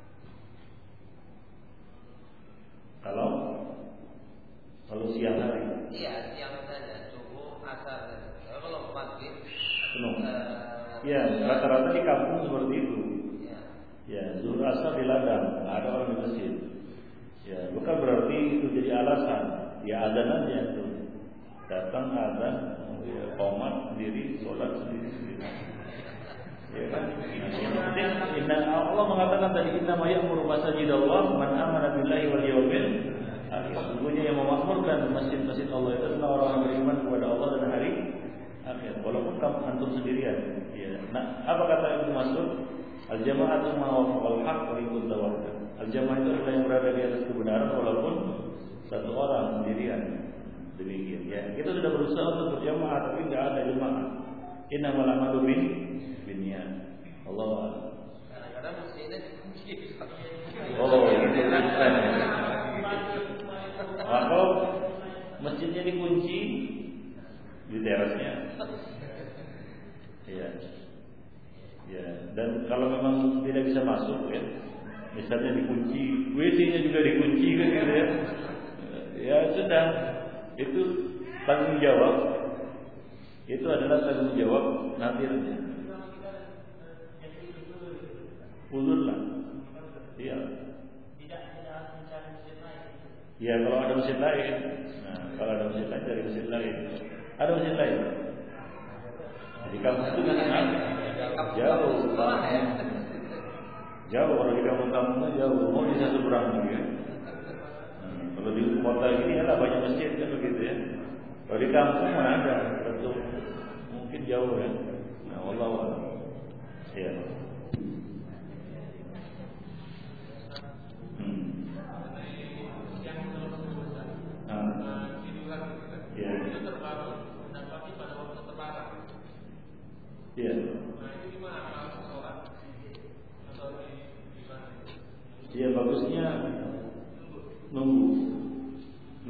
Kalau kalau siang hari? Iya, siang saja, subuh, asar. Kalau maghrib, penuh. Uh, ya, rata-rata di kampung seperti itu. Ya, ya zuhur asar di ladang, ada orang di masjid. Ya, bukan berarti itu jadi alasan. Ya azan aja itu. Datang azan, ya qomat sendiri, sholat sendiri. Ya kan? Inna Allah mengatakan tadi inna ma ya'muru masajidallah man amana billahi wal yawmil akhir. Sesungguhnya yang memakmurkan masjid-masjid Allah itu adalah orang-orang beriman kepada Allah dan hari akhir. Walaupun kamu antum sendirian. Ya. Nah, apa kata Ibnu Mas'ud? Al-jama'atu ma wafaqal haqq wa in kunta wahdak. Al-jamaah itu adalah yang berada di atas kebenaran walaupun satu orang sendirian. Demikian. Ya, kita sudah berusaha untuk berjamaah tapi tidak ada jemaah. Innamal a'malu bin binniyat. Allah. Kadang-kadang masjidnya dikunci. Oh, itu kan. Atau masjidnya dikunci di terasnya. Iya. Ya, dan kalau memang tidak bisa masuk ya, misalnya dikunci, W C-nya juga dikunci kan gitu ya. Ya sudah, itu tanggung jawab. Itu adalah tanggung jawab nadirnya. Ulurlah. Iya. Tidak tidak mencari masjid lain. Ya kalau ada masjid lain, nah kalau ada masjid lain dari masjid lain, ada masjid lain. Di kampung itu kan jauh, jauh kalau di kampung-kampung jauh, mau bisa seberang juga. Hmm, kalau di kota ini ada banyak masjid kan begitu ya. Kalau di kampung mana ada, tentu mungkin jauh ya. Nah, wallahu a'lam. Ya. Hmm.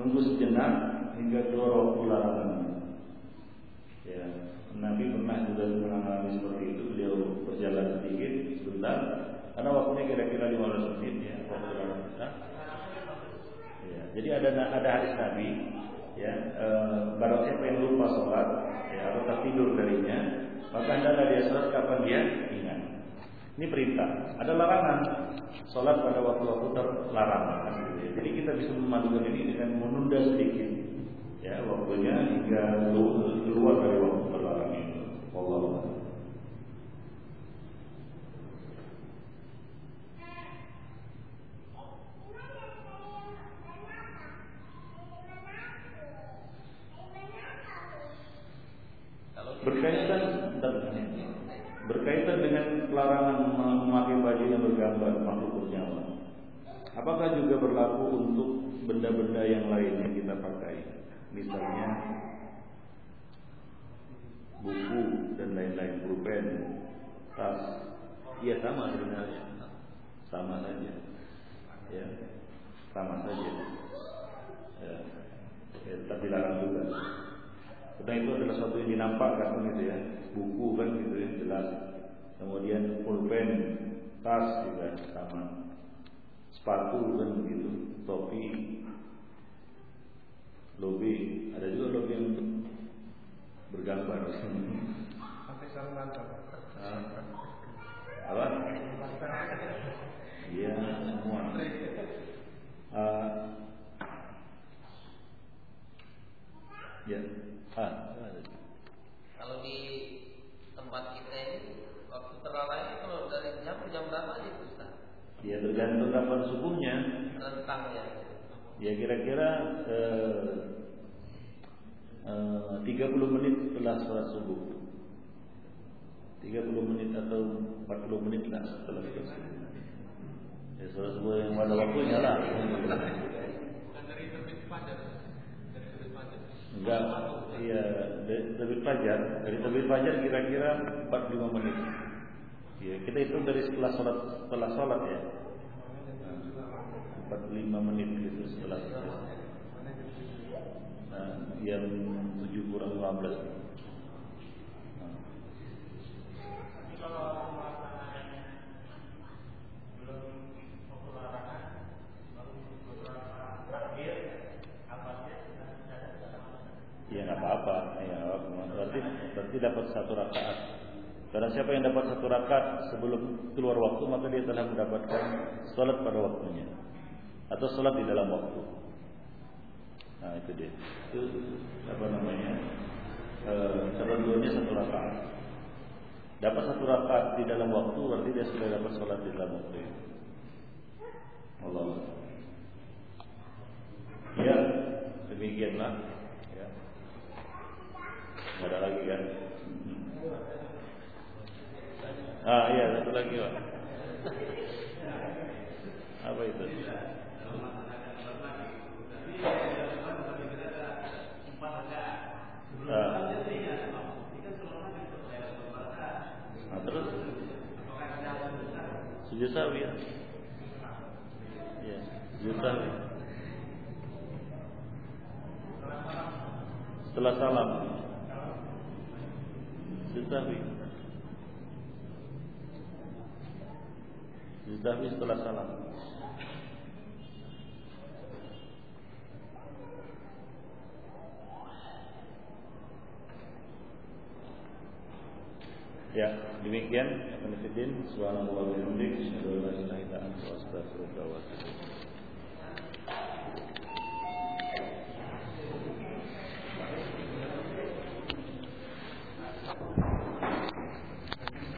nunggu sejenak hingga keluar waktu larangan. Ya, Nabi pernah juga mengalami seperti itu. Beliau berjalan sedikit sebentar, karena waktunya kira-kira lima belas menit ya, waktu larangan kita. Ya, jadi ada ada hadis Nabi, ya, e, barang siapa yang lupa sholat, ya, atau tertidur darinya, maka hendaklah dia sholat kapan dia ingat. Ini perintah. Ada larangan sholat pada waktu-waktu terlarang. Jadi kita bisa memadukan ini dengan menunda sedikit, ya, waktunya hingga keluar dari waktu terlarang itu. Wallahu a'lam. Berkaitan berkaitan dengan larangan memakai baju yang bergambar makhluk bernyawa, apakah juga berlaku untuk benda-benda yang lain yang kita pakai, misalnya buku dan lain-lain, pulpen, tas? Iya, sama sebenarnya, sama saja, ya, sama saja, ya, ya, tetap dilarang juga. Karena itu adalah sesuatu yang dinampakkan kan gitu ya, buku kan gitu ya, jelas. Kemudian pulpen, tas juga sama, sepatu kan begitu, topi, lobe, ada juga lobe yang bergambar. Sampai sarung bantal. Apa? Iya, semua. Uh, ya. Ah, kalau di tempat kita ini waktu terlarang itu kalau dari jam jam berapa aja Ustaz? Ya tergantung kapan subuhnya. Rentangnya. Ya kira-kira eh, eh, tiga puluh menit setelah sholat subuh. tiga puluh menit atau empat puluh menit lah setelah sholat subuh. Ya sholat subuh yang pada waktunya lah. Bukan dari terbit fajar. Dari terbit fajar. Enggak, iya dari terbit fajar. Dari terbit fajar kira-kira empat puluh lima menit. Ya, kita hitung dari setelah sholat setelah sholat ya. empat puluh lima menit gitu setelah sholat. Nah, yang tujuh kurang lima belas. Nah. Kalau pelaksananya belum waktu larangan, baru beberapa terakhir, apa sih? Ya nggak apa-apa, ya berarti berarti dapat satu rakaat. Karena siapa yang dapat satu rakaat sebelum keluar waktu, maka dia telah mendapatkan sholat pada waktunya atau sholat di dalam waktu. Nah itu dia. Itu apa namanya? E, ketentuannya satu rakaat. Dapat satu rakaat di dalam waktu, berarti dia sudah dapat sholat di dalam waktu. Allah. Ya, demikianlah. Ya. Nggak ada lagi kan? Ah iya, satu lagi Pak. Apa itu? Ah. Nah, terus sujud sahwi ya? Ya, sujud sahwi. Setelah salam sujud sahwi. Sujud sahwi setelah salam. Ya, demikian penelitian. Subhanallah wa bihamdihi, asyhadu an la ilaha illa anta, astaghfiruka wa atubu ilaik.